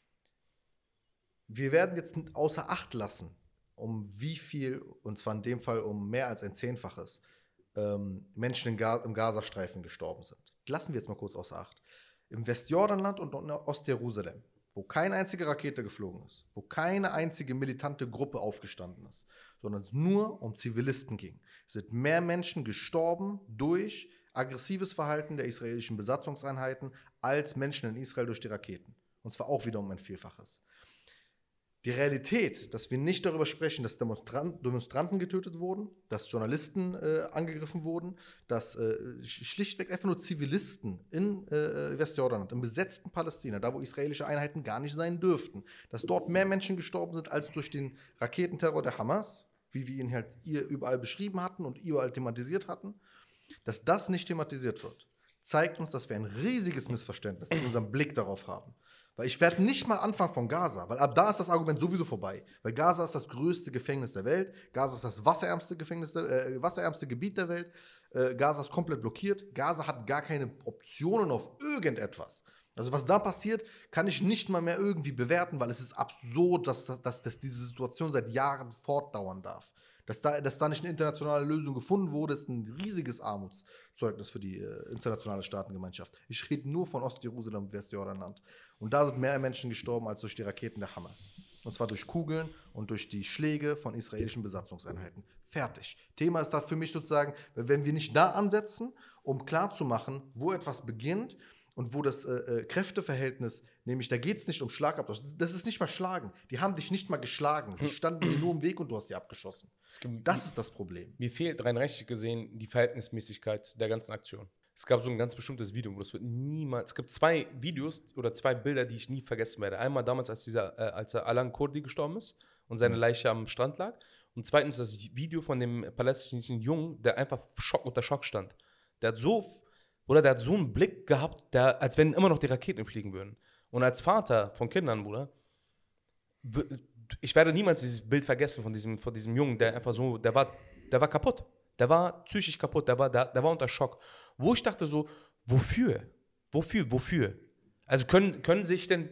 Wir werden jetzt außer Acht lassen, um wie viel, und zwar in dem Fall um mehr als ein Zehnfaches, Menschen im Gazastreifen gestorben sind. Lassen wir jetzt mal kurz außer Acht. Im Westjordanland und in Ostjerusalem, wo keine einzige Rakete geflogen ist, wo keine einzige militante Gruppe aufgestanden ist, sondern es nur um Zivilisten ging. Es sind mehr Menschen gestorben durch aggressives Verhalten der israelischen Besatzungseinheiten als Menschen in Israel durch die Raketen. Und zwar auch wieder um ein Vielfaches. Die Realität, dass wir nicht darüber sprechen, dass Demonstranten getötet wurden, dass Journalisten angegriffen wurden, dass schlichtweg einfach nur Zivilisten in Westjordanland, im besetzten Palästina, da wo israelische Einheiten gar nicht sein dürften, dass dort mehr Menschen gestorben sind als durch den Raketenterror der Hamas, wie wir ihn halt hier überall beschrieben hatten und überall thematisiert hatten, dass das nicht thematisiert wird, zeigt uns, dass wir ein riesiges Missverständnis in unserem Blick darauf haben. Weil ich werde nicht mal anfangen von Gaza, weil ab da ist das Argument sowieso vorbei. Weil Gaza ist das größte Gefängnis der Welt, Gaza ist das wasserärmste Gebiet der Welt, Gaza ist komplett blockiert, Gaza hat gar keine Optionen auf irgendetwas. Also was da passiert, kann ich nicht mal mehr irgendwie bewerten, weil es ist absurd, dass diese Situation seit Jahren fortdauern darf. Dass da nicht eine internationale Lösung gefunden wurde, ist ein riesiges Armutszeugnis für die internationale Staatengemeinschaft. Ich rede nur von Ostjerusalem und Westjordanland. Und da sind mehr Menschen gestorben als durch die Raketen der Hamas. Und zwar durch Kugeln und durch die Schläge von israelischen Besatzungseinheiten. Fertig. Thema ist da für mich sozusagen, wenn wir nicht da ansetzen, um klarzumachen, wo etwas beginnt und wo das Kräfteverhältnis, nämlich da geht es nicht um Schlagabtausch, das ist nicht mal Schlagen. Die haben dich nicht mal geschlagen. Sie standen dir nur im Weg und du hast sie abgeschossen. Das ist das Problem. Mir fehlt rein rechtlich gesehen die Verhältnismäßigkeit der ganzen Aktion. Es gab so ein ganz bestimmtes Video, wo das wird niemals. Es gibt 2 Videos oder 2 Bilder, die ich nie vergessen werde. Einmal damals, als der Alan Kurdi gestorben ist und seine Leiche am Strand lag. Und zweitens das Video von dem palästinensischen Jungen, der einfach unter Schock stand. Der hat so einen Blick gehabt, als wenn immer noch die Raketen fliegen würden. Und als Vater von Kindern, Bruder, ich werde niemals dieses Bild vergessen von diesem Jungen, der einfach so, der war kaputt. Der war psychisch kaputt, der war unter Schock. Wo ich dachte so, wofür? Also können sich denn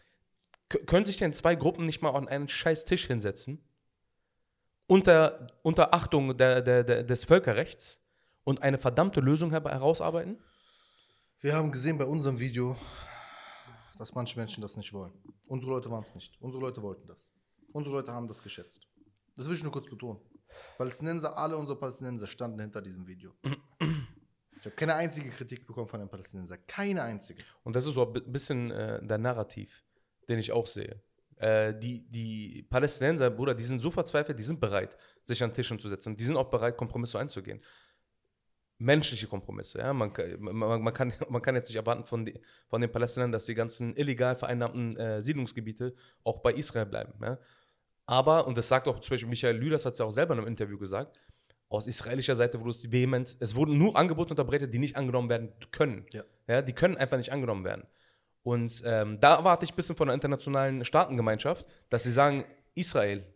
2 Gruppen nicht mal an einen scheiß Tisch hinsetzen, unter Achtung des Völkerrechts und eine verdammte Lösung herausarbeiten? Wir haben gesehen bei unserem Video, dass manche Menschen das nicht wollen. Unsere Leute waren es nicht. Unsere Leute wollten das. Unsere Leute haben das geschätzt. Das will ich nur kurz betonen. Alle unsere Palästinenser standen hinter diesem Video. Ich habe keine einzige Kritik bekommen von den Palästinensern. Keine einzige. Und das ist so ein bisschen der Narrativ, den ich auch sehe. Die Palästinenser, Bruder, die sind so verzweifelt, die sind bereit, sich an den Tisch zu setzen. Die sind auch bereit, Kompromisse einzugehen. Menschliche Kompromisse. Ja? Man kann jetzt nicht erwarten von den Palästinensern, dass die ganzen illegal vereinnahmten Siedlungsgebiete auch bei Israel bleiben. Ja? Aber, und das sagt auch zum Beispiel Michael Lüders, hat es ja auch selber in einem Interview gesagt, aus israelischer Seite wurde es vehement, es wurden nur Angebote unterbreitet, die nicht angenommen werden können. Ja? Die können einfach nicht angenommen werden. Und da erwarte ich ein bisschen von der internationalen Staatengemeinschaft, dass sie sagen, Israel,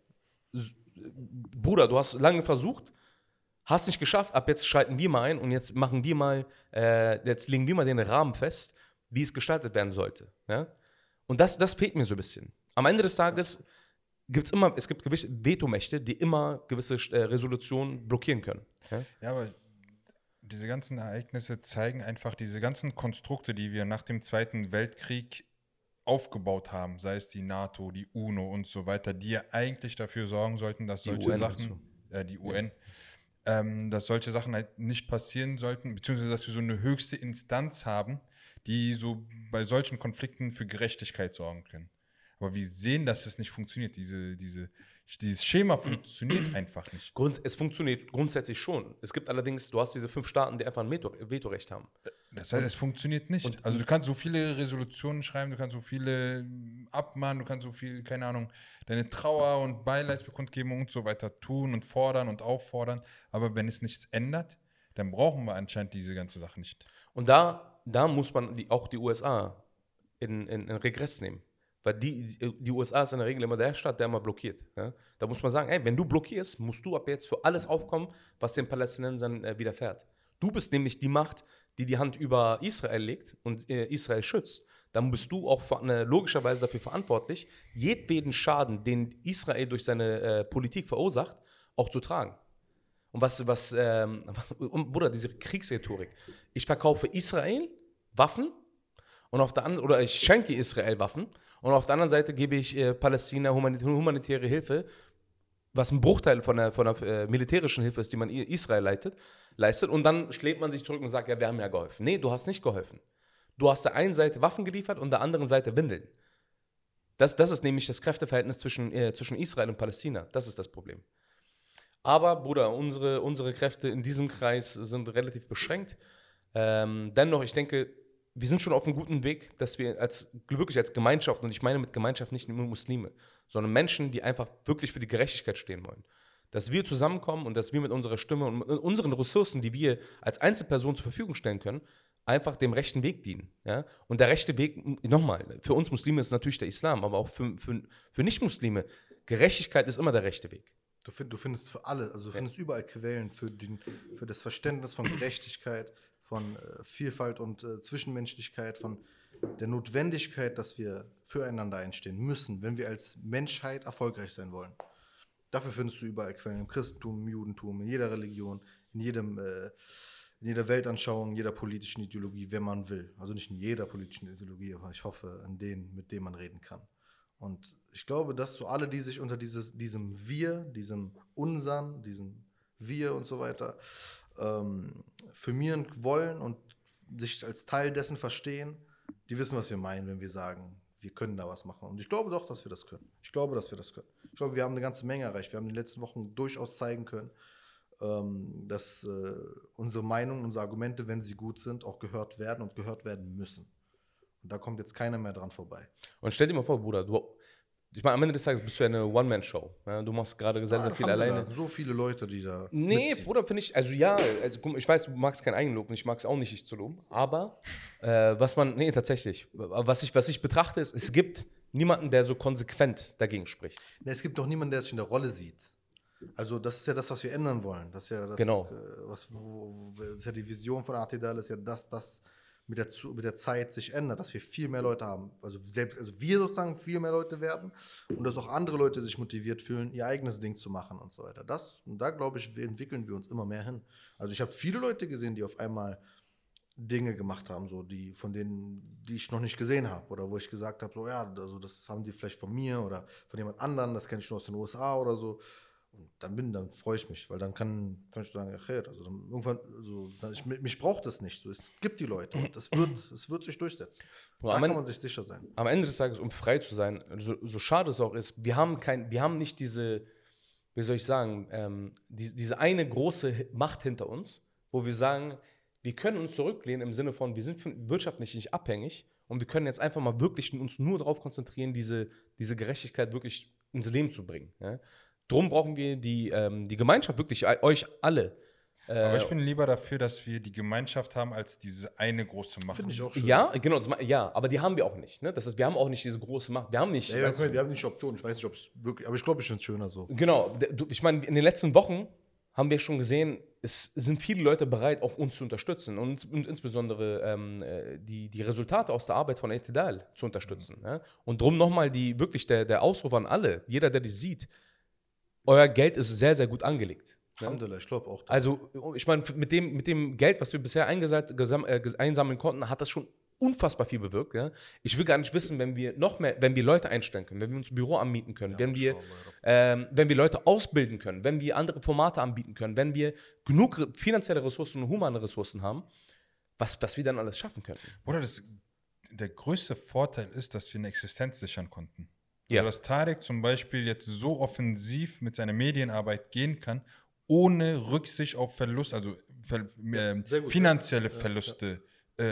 Bruder, du hast lange versucht, hast nicht geschafft, ab jetzt schalten wir mal ein und jetzt machen wir mal, jetzt legen wir mal den Rahmen fest, wie es gestaltet werden sollte. Ja? Und das fehlt mir so ein bisschen. Am Ende des Tages es gibt gewisse Vetomächte, die immer gewisse Resolutionen blockieren können. Ja? Ja, aber diese ganzen Ereignisse zeigen einfach diese ganzen Konstrukte, die wir nach dem Zweiten Weltkrieg aufgebaut haben, sei es die NATO, die UNO und so weiter, die ja eigentlich dafür sorgen sollten, dass solche UN Sachen, die UN, dass solche Sachen halt nicht passieren sollten, beziehungsweise dass wir so eine höchste Instanz haben, die so bei solchen Konflikten für Gerechtigkeit sorgen können. Aber wir sehen, dass es nicht funktioniert. Dieses Schema funktioniert einfach nicht. Es funktioniert grundsätzlich schon. Es gibt allerdings, du hast diese 5 Staaten, die einfach ein Vetorecht haben. Das heißt, es funktioniert nicht. Also du kannst so viele Resolutionen schreiben, du kannst so viele abmahnen, du kannst so viel, keine Ahnung, deine Trauer und Beileidsbekundgebung und so weiter tun und fordern und auffordern. Aber wenn es nichts ändert, dann brauchen wir anscheinend diese ganze Sache nicht. Und da muss man auch die USA in Regress nehmen. Weil die USA ist in der Regel immer der Staat, der immer blockiert. Ja? Da muss man sagen, ey, wenn du blockierst, musst du ab jetzt für alles aufkommen, was den Palästinensern widerfährt. Du bist nämlich die Macht, die Hand über Israel legt und Israel schützt. Dann bist du auch logischerweise dafür verantwortlich, jedweden Schaden, den Israel durch seine Politik verursacht, auch zu tragen. Und Bruder, diese Kriegsrhetorik. Ich verkaufe Israel Waffen und oder ich schenke Israel Waffen und auf der anderen Seite gebe ich Palästina humanitäre Hilfe, was ein Bruchteil von der militärischen Hilfe ist, die man Israel leistet. Und dann schlägt man sich zurück und sagt, ja, wir haben ja geholfen. Nee, du hast nicht geholfen. Du hast der einen Seite Waffen geliefert und der anderen Seite Windeln. Das ist nämlich das Kräfteverhältnis zwischen Israel und Palästina. Das ist das Problem. Aber, Bruder, unsere Kräfte in diesem Kreis sind relativ beschränkt. Dennoch, ich denke, wir sind schon auf einem guten Weg, dass wir wirklich als Gemeinschaft, und ich meine mit Gemeinschaft nicht nur Muslime, sondern Menschen, die einfach wirklich für die Gerechtigkeit stehen wollen, dass wir zusammenkommen und dass wir mit unserer Stimme und mit unseren Ressourcen, die wir als Einzelperson zur Verfügung stellen können, einfach dem rechten Weg dienen. Ja? Und der rechte Weg, nochmal, für uns Muslime ist natürlich der Islam, aber auch für Nicht-Muslime, Gerechtigkeit ist immer der rechte Weg. Du findest für alle, also du findest überall Quellen für das Verständnis von Gerechtigkeit, von Vielfalt und Zwischenmenschlichkeit, von der Notwendigkeit, dass wir füreinander einstehen müssen, wenn wir als Menschheit erfolgreich sein wollen. Dafür findest du überall Quellen, im Christentum, im Judentum, in jeder Religion, in jeder Weltanschauung, jeder politischen Ideologie, wenn man will. Also nicht in jeder politischen Ideologie, aber ich hoffe an denen, mit denen man reden kann. Und ich glaube, dass so alle, die sich unter diesem Wir, diesem Unsern, diesem Wir und so weiter firmieren wollen und sich als Teil dessen verstehen, die wissen, was wir meinen, wenn wir sagen, wir können da was machen. Und ich glaube doch, dass wir das können. Ich glaube, wir haben eine ganze Menge erreicht. Wir haben in den letzten Wochen durchaus zeigen können, dass unsere Meinungen, unsere Argumente, wenn sie gut sind, auch gehört werden und gehört werden müssen. Und da kommt jetzt keiner mehr dran vorbei. Und stell dir mal vor, Bruder, ich meine, am Ende des Tages bist du ja eine One-Man-Show. Ja? Du machst gerade sehr, sehr viel alleine. So viele Leute, die da Nee, mitziehen. Bruder, finde ich, ich weiß, du magst kein Eigenlob und ich mag es auch nicht, dich zu loben, aber tatsächlich, was ich betrachte ist, es gibt niemanden, der so konsequent dagegen spricht. Es gibt doch niemanden, der sich in der Rolle sieht. Also das ist ja das, was wir ändern wollen. Das ist ja das, genau. Das ist ja die Vision von ATDAL, ist ja, dass das mit der Zeit sich ändert, dass wir viel mehr Leute haben. Also wir sozusagen viel mehr Leute werden und dass auch andere Leute sich motiviert fühlen, ihr eigenes Ding zu machen und so weiter. Und da, glaube ich, entwickeln wir uns immer mehr hin. Also ich habe viele Leute gesehen, die auf einmal Dinge gemacht haben, so die ich noch nicht gesehen habe oder wo ich gesagt habe, so ja, also das haben die vielleicht von mir oder von jemand anderem, das kenne ich nur aus den USA oder so. Und dann freue ich mich, weil dann kann ich sagen, also dann irgendwann, mich braucht es nicht. So, es gibt die Leute und es wird sich durchsetzen. Da kann man sich sicher sein. Am Ende des Tages, um frei zu sein, so schade es auch ist, wir haben nicht diese, wie soll ich sagen, diese eine große Macht hinter uns, wo wir sagen, wir können uns zurücklehnen im Sinne von, wir sind wirtschaftlich nicht abhängig und wir können jetzt einfach mal wirklich uns nur darauf konzentrieren, diese Gerechtigkeit wirklich ins Leben zu bringen. Ja? Drum brauchen wir die Gemeinschaft, wirklich euch alle. Aber ich bin lieber dafür, dass wir die Gemeinschaft haben, als diese eine große Macht. Finde ich auch schön. Ja, genau, ja, aber die haben wir auch nicht. Ne? Das heißt, wir haben auch nicht diese große Macht. Wir haben nicht. Ja, die haben nicht die Option. Ich weiß nicht, ob es wirklich, aber ich glaube, ich finde es schöner so. Genau, ich meine, in den letzten Wochen haben wir schon gesehen, es sind viele Leute bereit, auch uns zu unterstützen und insbesondere die Resultate aus der Arbeit von Etidal zu unterstützen. Ne? Und drum nochmal wirklich der Ausruf an alle, jeder, der das sieht, euer Geld ist sehr, sehr gut angelegt. Alhamdulillah, ich glaube auch. Also, ich meine, mit dem Geld, was wir bisher einsammeln konnten, hat das schon unfassbar viel bewirkt. Ja? Ich will gar nicht wissen, wenn wir Leute einstellen können, wenn wir uns ein Büro anmieten können, Ja, wenn wir Leute ausbilden können, wenn wir andere Formate anbieten können, wenn wir genug finanzielle Ressourcen und humane Ressourcen haben, was wir dann alles schaffen könnten. Oder der größte Vorteil ist, dass wir eine Existenz sichern konnten. Ja. Also, dass Tarek zum Beispiel jetzt so offensiv mit seiner Medienarbeit gehen kann, ohne Rücksicht auf Verlust, also sehr gut, finanzielle Verluste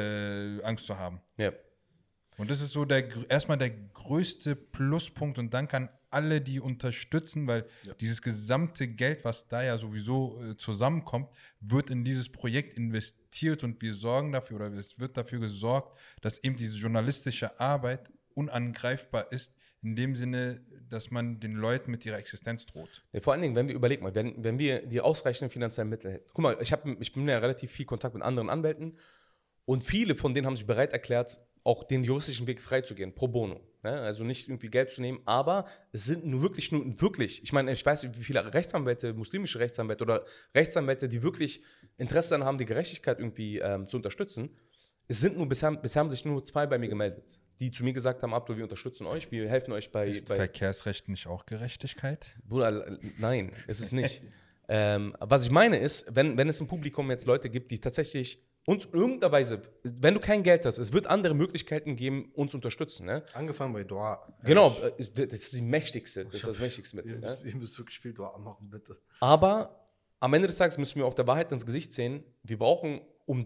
Angst zu haben. Ja. Und das ist so erstmal der größte Pluspunkt, und dann kann alle die unterstützen, weil dieses gesamte Geld, was da ja sowieso zusammenkommt, wird in dieses Projekt investiert, und wir sorgen dafür, oder es wird dafür gesorgt, dass eben diese journalistische Arbeit unangreifbar ist, in dem Sinne, dass man den Leuten mit ihrer Existenz droht. Ja, vor allen Dingen, überleg mal, wenn wir die ausreichenden finanziellen Mittel hätten. Guck mal, ich bin ja relativ viel Kontakt mit anderen Anwälten, und viele von denen haben sich bereit erklärt, auch den juristischen Weg freizugehen, pro bono. Ne? Also nicht irgendwie Geld zu nehmen, aber es sind nur wirklich, ich meine, ich weiß nicht, wie viele Rechtsanwälte, muslimische Rechtsanwälte oder Rechtsanwälte, die wirklich Interesse daran haben, die Gerechtigkeit irgendwie zu unterstützen. Bisher haben sich nur 2 bei mir gemeldet, die zu mir gesagt haben, Abdul, wir unterstützen euch, wir helfen euch bei... Ist Verkehrsrecht nicht auch Gerechtigkeit? Bruder, nein, ist es nicht. Was ich meine ist, wenn es im Publikum jetzt Leute gibt, die tatsächlich uns in irgendeiner Weise, wenn du kein Geld hast, es wird andere Möglichkeiten geben, uns zu unterstützen. Ne? Angefangen bei Dua. Genau, das ist das mächtigste Mittel. Ihr müsst wirklich viel Dua machen, bitte. Aber am Ende des Tages müssen wir auch der Wahrheit ins Gesicht sehen, wir brauchen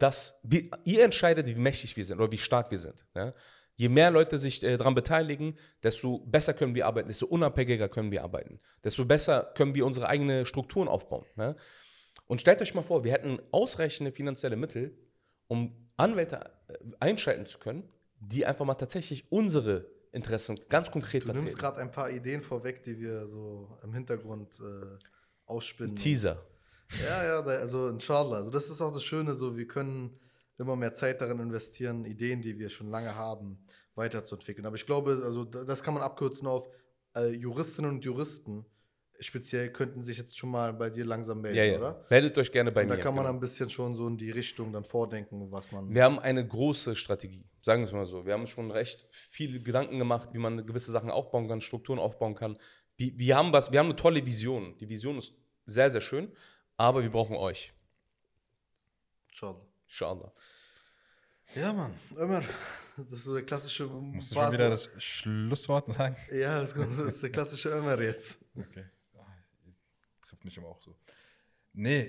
ihr entscheidet, wie mächtig wir sind oder wie stark wir sind. Ne? Je mehr Leute sich daran beteiligen, desto besser können wir arbeiten, desto unabhängiger können wir arbeiten, desto besser können wir unsere eigenen Strukturen aufbauen. Ne? Und stellt euch mal vor, wir hätten ausreichende finanzielle Mittel, um Anwälte einschalten zu können, die einfach mal tatsächlich unsere Interessen ganz konkret vertreten. Du nimmst gerade ein paar Ideen vorweg, die wir so im Hintergrund ausspinnen. Teaser. Ja, also inshallah. Also das ist auch das Schöne, so wir können immer mehr Zeit darin investieren, Ideen, die wir schon lange haben, weiterzuentwickeln. Aber ich glaube, also das kann man abkürzen auf Juristinnen und Juristen. Speziell könnten sich jetzt schon mal bei dir langsam melden, oder? Meldet euch gerne bei mir. Da kann man ein bisschen schon so in die Richtung dann vordenken, was man... Wir haben eine große Strategie, sagen wir es mal so. Wir haben schon recht viele Gedanken gemacht, wie man gewisse Sachen aufbauen kann, Strukturen aufbauen kann. Wir haben eine tolle Vision. Die Vision ist sehr, sehr schön, aber wir brauchen euch. Inshallah. Ja, Mann, immer. Das ist so der klassische... Musst du schon wieder das Schlusswort sagen? Ja, das ist der klassische Ömer jetzt. Okay. Trifft mich aber auch so. Nee,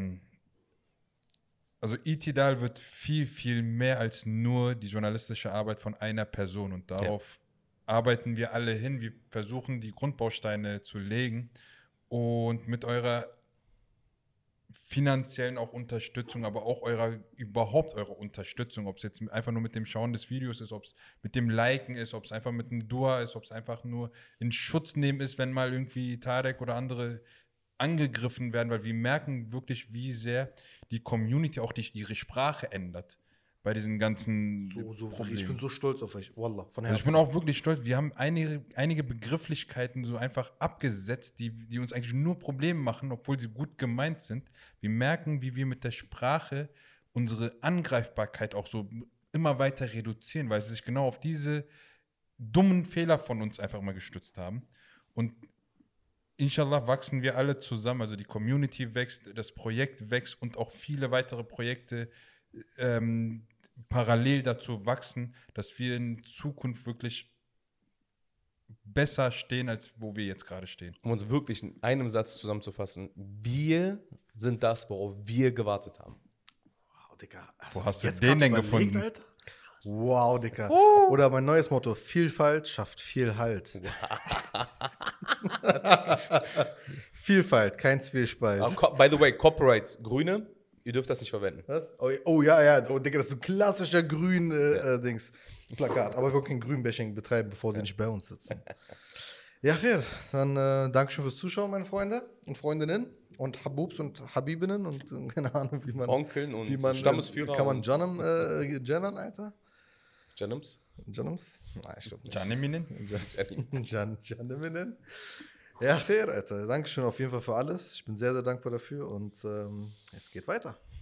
also Etidal wird viel, viel mehr als nur die journalistische Arbeit von einer Person, und darauf arbeiten wir alle hin. Wir versuchen, die Grundbausteine zu legen, und mit eurer finanziellen auch Unterstützung, aber auch überhaupt eure Unterstützung, ob es jetzt einfach nur mit dem Schauen des Videos ist, ob es mit dem Liken ist, ob es einfach mit dem Dua ist, ob es einfach nur in Schutz nehmen ist, wenn mal irgendwie Tarek oder andere angegriffen werden, weil wir merken wirklich, wie sehr die Community auch ihre Sprache ändert bei diesen ganzen Problemen. Ich bin so stolz auf euch, Wallah, von Herzen. Also ich bin auch wirklich stolz. Wir haben einige Begrifflichkeiten so einfach abgesetzt, die uns eigentlich nur Probleme machen, obwohl sie gut gemeint sind. Wir merken, wie wir mit der Sprache unsere Angreifbarkeit auch so immer weiter reduzieren, weil sie sich genau auf diese dummen Fehler von uns einfach mal gestützt haben. Und inshallah wachsen wir alle zusammen, also die Community wächst, das Projekt wächst und auch viele weitere Projekte parallel dazu wachsen, dass wir in Zukunft wirklich besser stehen, als wo wir jetzt gerade stehen. Um uns wirklich in einem Satz zusammenzufassen, wir sind das, worauf wir gewartet haben. Wow, Digga. Wo hast du den denn gefunden? Alter? Wow, Digga. Oder mein neues Motto, Vielfalt schafft viel Halt. Vielfalt, kein Zwiespalt. By the way, Copyright, Grüne, ihr dürft das nicht verwenden. Was? Oh ja. Oh, Digga, das ist so ein klassischer grün Dings. Plakat. Aber wir können Grünbashing betreiben, bevor sie nicht bei uns sitzen. Ja, Khair. Dann Dankeschön fürs Zuschauen, meine Freunde und Freundinnen und Habubs und Habibinnen und keine Ahnung, wie man. Onkeln und wie man, Stammesführer. Kann man gendern, Alter? Janims? Janims? Nein, ich glaube nicht. Janiminen? Janiminnen. Ja, Khair, Alter. Dankeschön auf jeden Fall für alles. Ich bin sehr, sehr dankbar dafür und es geht weiter.